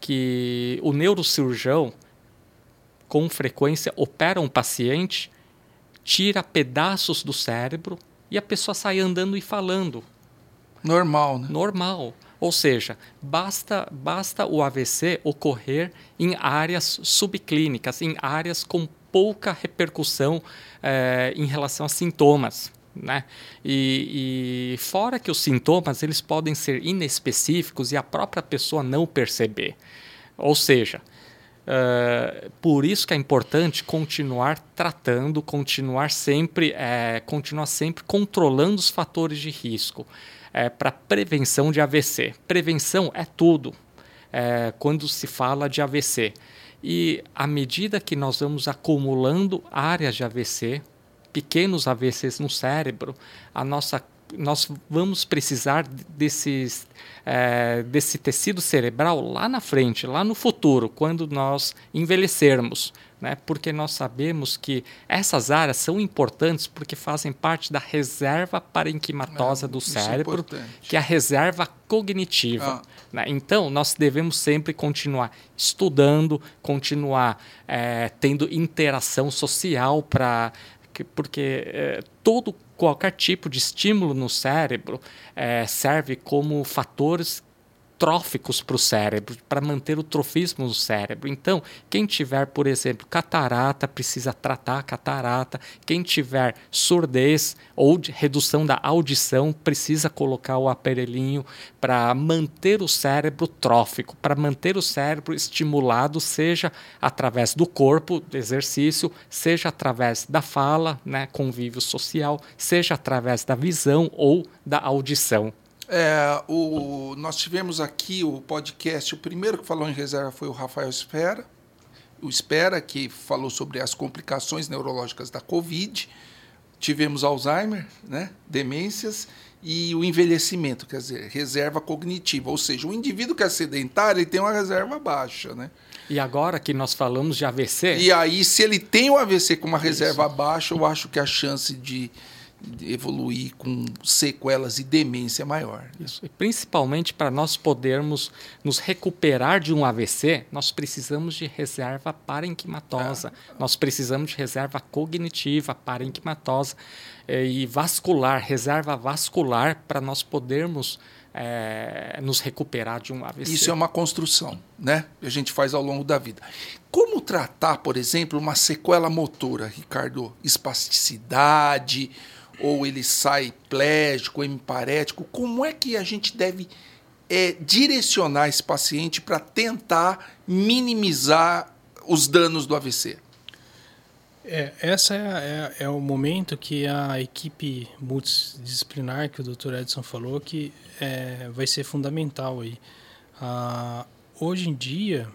o neurocirurgião, com frequência, opera um paciente, tira pedaços do cérebro e a pessoa sai andando e falando. Normal, né? Normal. Ou seja, basta o AVC ocorrer em áreas subclínicas, em áreas com pouca repercussão em relação a sintomas. Né? E fora que os sintomas eles podem ser inespecíficos e a própria pessoa não perceber. Ou seja, por isso que é importante continuar tratando, continuar sempre controlando os fatores de risco. para prevenção de AVC. Prevenção é tudo quando se fala de AVC. E à medida que nós vamos acumulando áreas de AVC, pequenos AVCs no cérebro, nós vamos precisar desse tecido cerebral lá na frente, lá no futuro, quando nós envelhecermos, né? Porque nós sabemos que essas áreas são importantes porque fazem parte da reserva parenquimatosa do cérebro, que é a reserva cognitiva. Né? Então, nós devemos sempre continuar estudando, continuar tendo interação social porque qualquer tipo de estímulo no cérebro serve como fatores tróficos para o cérebro, para manter o trofismo no cérebro. Então, quem tiver, por exemplo, catarata, precisa tratar a catarata. Quem tiver surdez ou redução da audição, precisa colocar o aparelhinho para manter o cérebro trófico, para manter o cérebro estimulado, seja através do corpo, do exercício, seja através da fala, né, convívio social, seja através da visão ou da audição. Nós tivemos aqui o podcast, o primeiro que falou em reserva foi o Rafael Espera, que falou sobre as complicações neurológicas da Covid. Tivemos Alzheimer, né, demências e o envelhecimento, quer dizer, reserva cognitiva, ou seja, o indivíduo que é sedentário ele tem uma reserva baixa, né? E agora que nós falamos de AVC... E aí, se ele tem o AVC com uma reserva baixa, eu acho que a chance de evoluir com sequelas e demência maior. Isso. E principalmente para nós podermos nos recuperar de um AVC, nós precisamos de reserva parenquimatosa, nós precisamos de reserva cognitiva, parenquimatosa e vascular, reserva vascular para nós podermos nos recuperar de um AVC. Isso é uma construção, né? Que a gente faz ao longo da vida. Como tratar, por exemplo, uma sequela motora, Ricardo? Espasticidade, ou ele sai plégico, hemiparético? Como é que a gente deve direcionar esse paciente para tentar minimizar os danos do AVC? Essa é o momento que a equipe multidisciplinar que o Dr. Edson falou que vai ser fundamental aí. Hoje em dia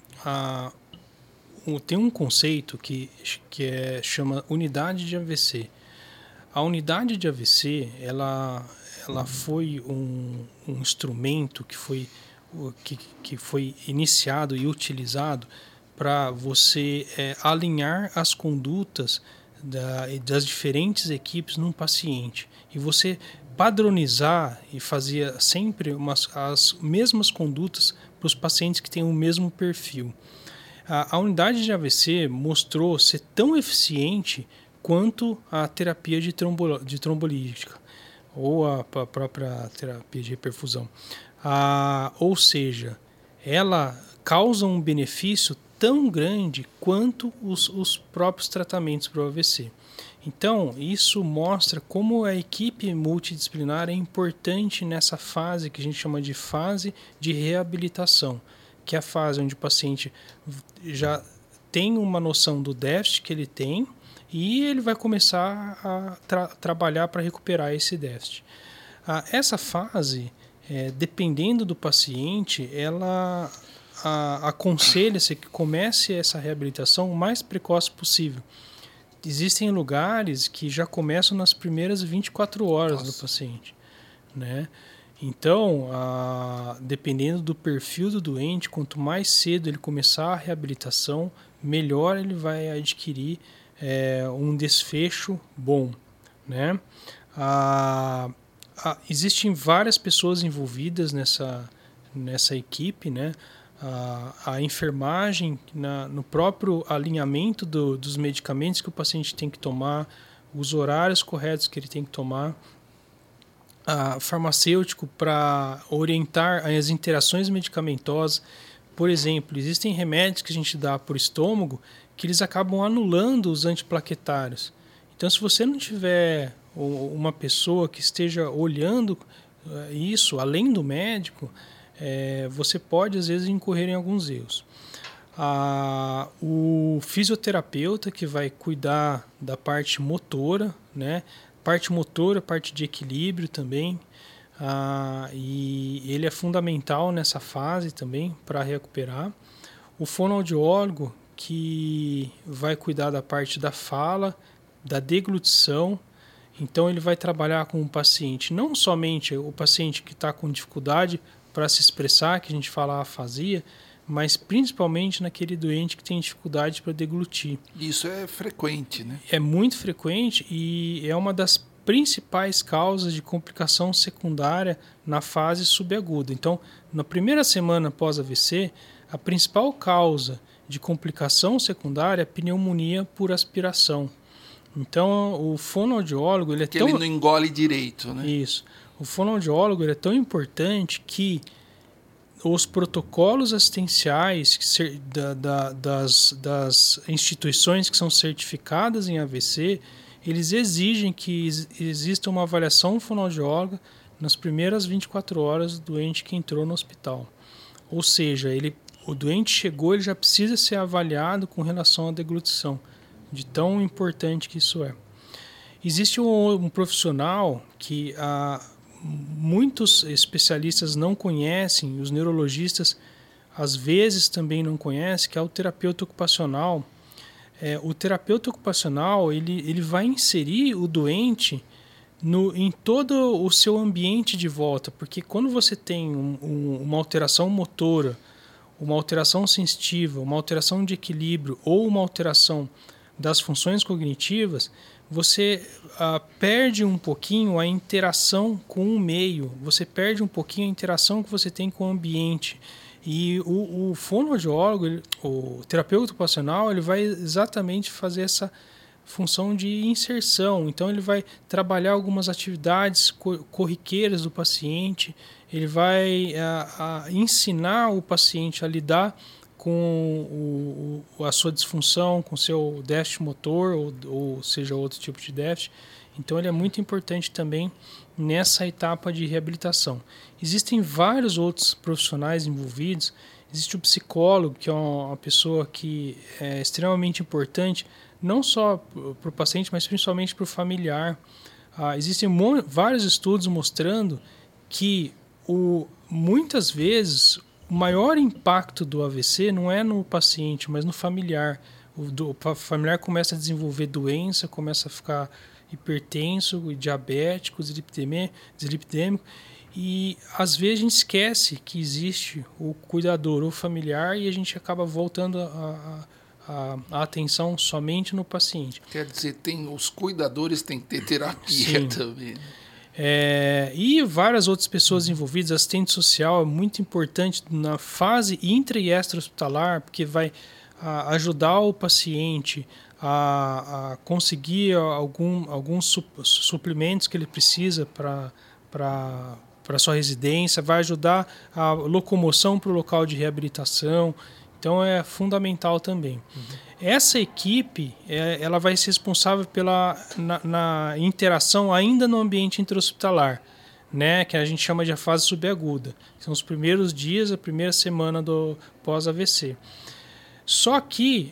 tem um conceito que chama unidade de AVC. A unidade de AVC ela foi um instrumento que foi iniciado e utilizado para você alinhar as condutas das diferentes equipes num paciente. E você padronizar e fazer sempre as mesmas condutas para os pacientes que têm o mesmo perfil. A unidade de AVC mostrou ser tão eficiente quanto a terapia de trombolítica ou a própria terapia de reperfusão. Ou seja, ela causa um benefício tão grande quanto os próprios tratamentos para o AVC. Então, isso mostra como a equipe multidisciplinar é importante nessa fase que a gente chama de fase de reabilitação, que é a fase onde o paciente já tem uma noção do déficit que ele tem e ele vai começar a trabalhar para recuperar esse déficit. Essa fase, dependendo do paciente, ela aconselha-se que comece essa reabilitação o mais precoce possível. Existem lugares que já começam nas primeiras 24 horas do paciente, né? Então, dependendo do perfil do doente, quanto mais cedo ele começar a reabilitação, melhor ele vai adquirir um desfecho bom, né? Existem várias pessoas envolvidas nessa equipe, né? A enfermagem, no próprio alinhamento dos medicamentos que o paciente tem que tomar, os horários corretos que ele tem que tomar, farmacêutico para orientar as interações medicamentosas. Por exemplo, existem remédios que a gente dá por estômago que eles acabam anulando os antiplaquetários. Então, se você não tiver uma pessoa que esteja olhando isso, além do médico, você pode, às vezes, incorrer em alguns erros. O fisioterapeuta que vai cuidar da parte motora, né? Parte motora, parte de equilíbrio também. e ele é fundamental nessa fase também para recuperar. O fonoaudiólogo, que vai cuidar da parte da fala, da deglutição. Então ele vai trabalhar com o paciente, não somente o paciente que está com dificuldade para se expressar, que a gente fala afasia, mas principalmente naquele doente que tem dificuldade para deglutir. Isso é frequente, né? É muito frequente e é uma das principais causas de complicação secundária na fase subaguda. Então, na primeira semana pós-AVC, a principal causa de complicação secundária é pneumonia por aspiração. Então, o fonoaudiólogo... ele não engole direito, né? Isso. O fonoaudiólogo ele é tão importante que os protocolos assistenciais das instituições que são certificadas em AVC, eles exigem que exista uma avaliação fonoaudióloga nas primeiras 24 horas do doente que entrou no hospital. Ou seja, o doente chegou, ele já precisa ser avaliado com relação à deglutição, de tão importante que isso é. Existe um profissional que muitos especialistas não conhecem, os neurologistas às vezes também não conhecem, que é o terapeuta ocupacional. O terapeuta ocupacional ele vai inserir o doente em todo o seu ambiente de volta, porque quando você tem uma alteração motora, uma alteração sensitiva, uma alteração de equilíbrio ou uma alteração das funções cognitivas, você perde um pouquinho a interação com o meio, você perde um pouquinho a interação que você tem com o ambiente. E o fonoaudiólogo, o terapeuta ocupacional, ele vai exatamente fazer essa função de inserção. Então, ele vai trabalhar algumas atividades corriqueiras do paciente, ele vai ensinar o paciente a lidar com a sua disfunção, com o seu déficit motor, ou seja, outro tipo de déficit. Então, ele é muito importante também nessa etapa de reabilitação. Existem vários outros profissionais envolvidos. Existe o psicólogo, que é uma pessoa que é extremamente importante, não só para o paciente, mas principalmente para o familiar. Existem vários estudos mostrando que muitas vezes o maior impacto do AVC não é no paciente, mas no familiar. O familiar começa a desenvolver doença, começa a ficar hipertenso, diabético, dislipidêmico, e às vezes a gente esquece que existe o cuidador, o familiar, e a gente acaba voltando a atenção somente no paciente. Quer dizer, os cuidadores têm que ter terapia. Sim. Também. E várias outras pessoas envolvidas. Assistente social é muito importante na fase intra e extra-hospitalar, porque vai ajudar o paciente a conseguir alguns suplementos que ele precisa para sua residência, vai ajudar a locomoção para o local de reabilitação. Então é fundamental também. Uhum. Essa equipe ela vai ser responsável na interação ainda no ambiente intra-hospitalar, né, que a gente chama de fase subaguda. São os primeiros dias, a primeira semana do pós-AVC. Só que,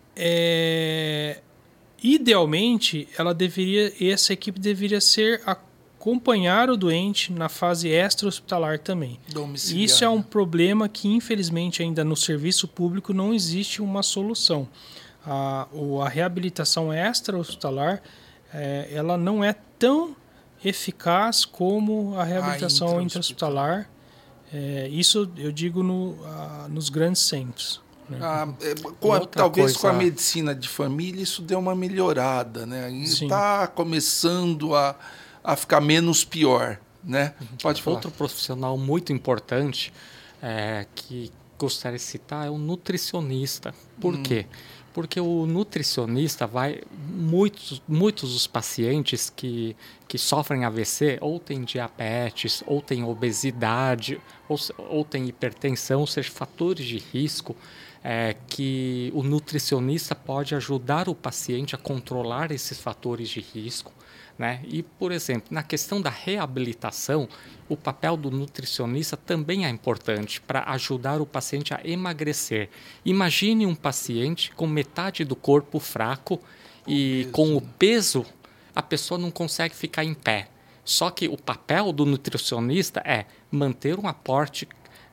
idealmente, essa equipe deveria acompanhar o doente na fase extra-hospitalar também. Domiciliar. Isso é um problema que, infelizmente, ainda no serviço público não existe uma solução. A reabilitação extra-hospitalar ela não é tão eficaz como a reabilitação intra-hospitalar. Isso eu digo nos grandes centros. Talvez com a medicina de família isso deu uma melhorada, né? Está começando a ficar menos pior, né? Pode falar. Outro profissional muito importante que gostaria de citar é o nutricionista. Por quê? Porque o nutricionista muitos dos pacientes que sofrem AVC ou têm diabetes, ou têm obesidade, ou têm hipertensão, ou seja, fatores de risco, que o nutricionista pode ajudar o paciente a controlar esses fatores de risco, né? E, por exemplo, na questão da reabilitação, o papel do nutricionista também é importante para ajudar o paciente a emagrecer. Imagine um paciente com metade do corpo fraco e com o peso, a pessoa não consegue ficar em pé. Só que o papel do nutricionista é manter um aporte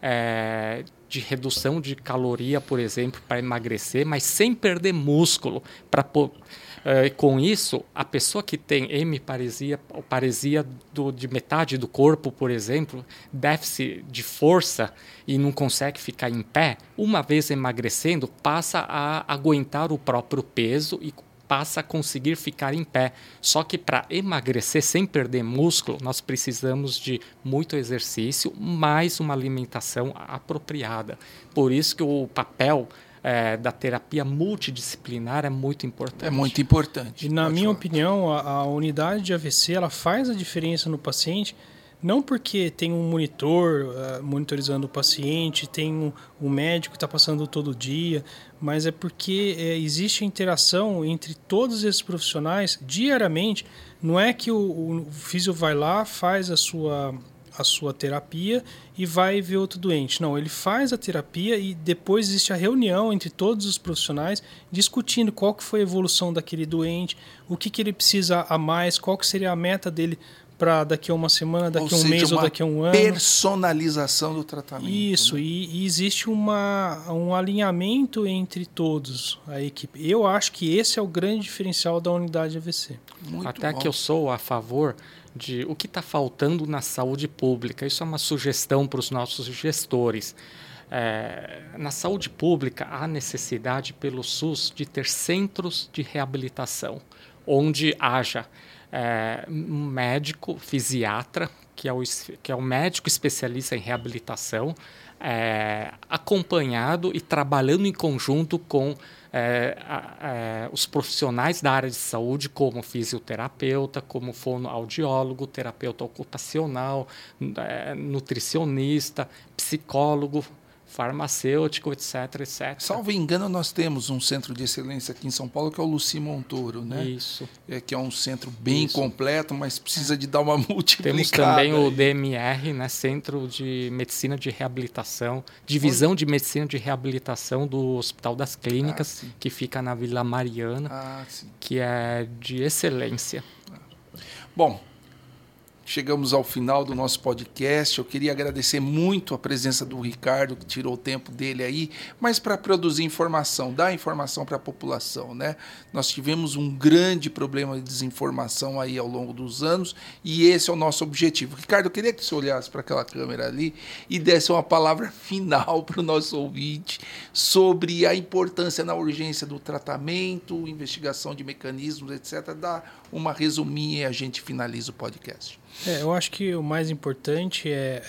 de redução de caloria, por exemplo, para emagrecer, mas sem perder músculo. Com isso, a pessoa que tem hemiparesia, ou paresia de metade do corpo, por exemplo, déficit de força e não consegue ficar em pé, uma vez emagrecendo, passa a aguentar o próprio peso e passa a conseguir ficar em pé. Só que para emagrecer sem perder músculo, nós precisamos de muito exercício, mais uma alimentação apropriada. Por isso que o papel da terapia multidisciplinar é muito importante. É muito importante. E na minha opinião, a unidade de AVC ela faz a diferença no paciente, não porque tem um monitor monitorizando o paciente, tem um médico que está passando todo dia, mas é porque existe interação entre todos esses profissionais diariamente. Não é que o físio vai lá, faz a sua terapia e vai ver outro doente. Não, ele faz a terapia e depois existe a reunião entre todos os profissionais discutindo qual que foi a evolução daquele doente, o que ele precisa a mais, qual que seria a meta dele para daqui a uma semana, daqui a um mês ou daqui a um ano. Personalização do tratamento. Isso, né? E existe um alinhamento entre todos, a equipe. Eu acho que esse é o grande diferencial da unidade AVC. Muito Até bom. Que eu sou a favor de o que está faltando na saúde pública. Isso é uma sugestão para os nossos gestores. Na saúde pública, há necessidade pelo SUS de ter centros de reabilitação, onde haja um médico fisiatra, que é o médico especialista em reabilitação, acompanhado e trabalhando em conjunto com os profissionais da área de saúde, como fisioterapeuta, como fonoaudiólogo, terapeuta ocupacional, nutricionista, psicólogo, farmacêutico, etc, etc. Salvo engano, nós temos um centro de excelência aqui em São Paulo, que é o Luci Montoro, né? Isso. Que é um centro bem completo, mas precisa de dar uma multiplicada. Temos também o DMR, né? Centro de Medicina de Reabilitação, Divisão de Medicina de Reabilitação do Hospital das Clínicas, que fica na Vila Mariana, que é de excelência. Bom, chegamos ao final do nosso podcast. Eu queria agradecer muito a presença do Ricardo, que tirou o tempo dele aí, mas para produzir informação, dar informação para a população, né? Nós tivemos um grande problema de desinformação aí ao longo dos anos e esse é o nosso objetivo. Ricardo, eu queria que você olhasse para aquela câmera ali e desse uma palavra final para o nosso ouvinte sobre a importância na urgência do tratamento, investigação de mecanismos, etc. Dá uma resuminha e a gente finaliza o podcast. Eu acho que o mais importante é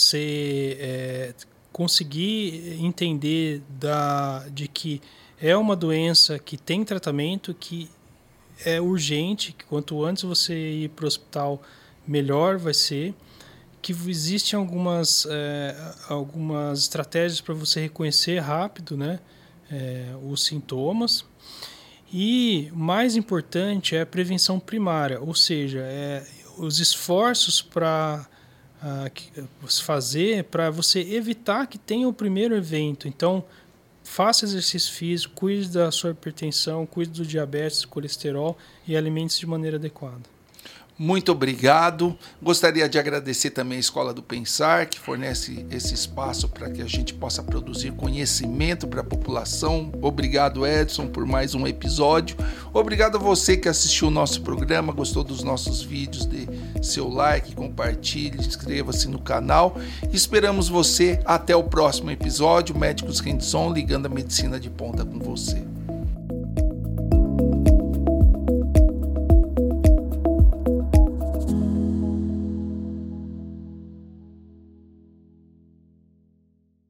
você conseguir entender de que é uma doença que tem tratamento, que é urgente, que quanto antes você ir para o hospital, melhor vai ser, que existem algumas estratégias para você reconhecer rápido, né, os sintomas. E mais importante é a prevenção primária, ou seja, os esforços para fazer para você evitar que tenha o primeiro evento. Então, faça exercício físico, cuide da sua hipertensão, cuide do diabetes, colesterol e alimente-se de maneira adequada. Muito obrigado. Gostaria de agradecer também a Escola do Pensar, que fornece esse espaço para que a gente possa produzir conhecimento para a população. Obrigado, Edson, por mais um episódio. Obrigado a você que assistiu o nosso programa, gostou dos nossos vídeos, dê seu like, compartilhe, inscreva-se no canal. Esperamos você até o próximo episódio. Médicos Hands-on, ligando a medicina de ponta com você.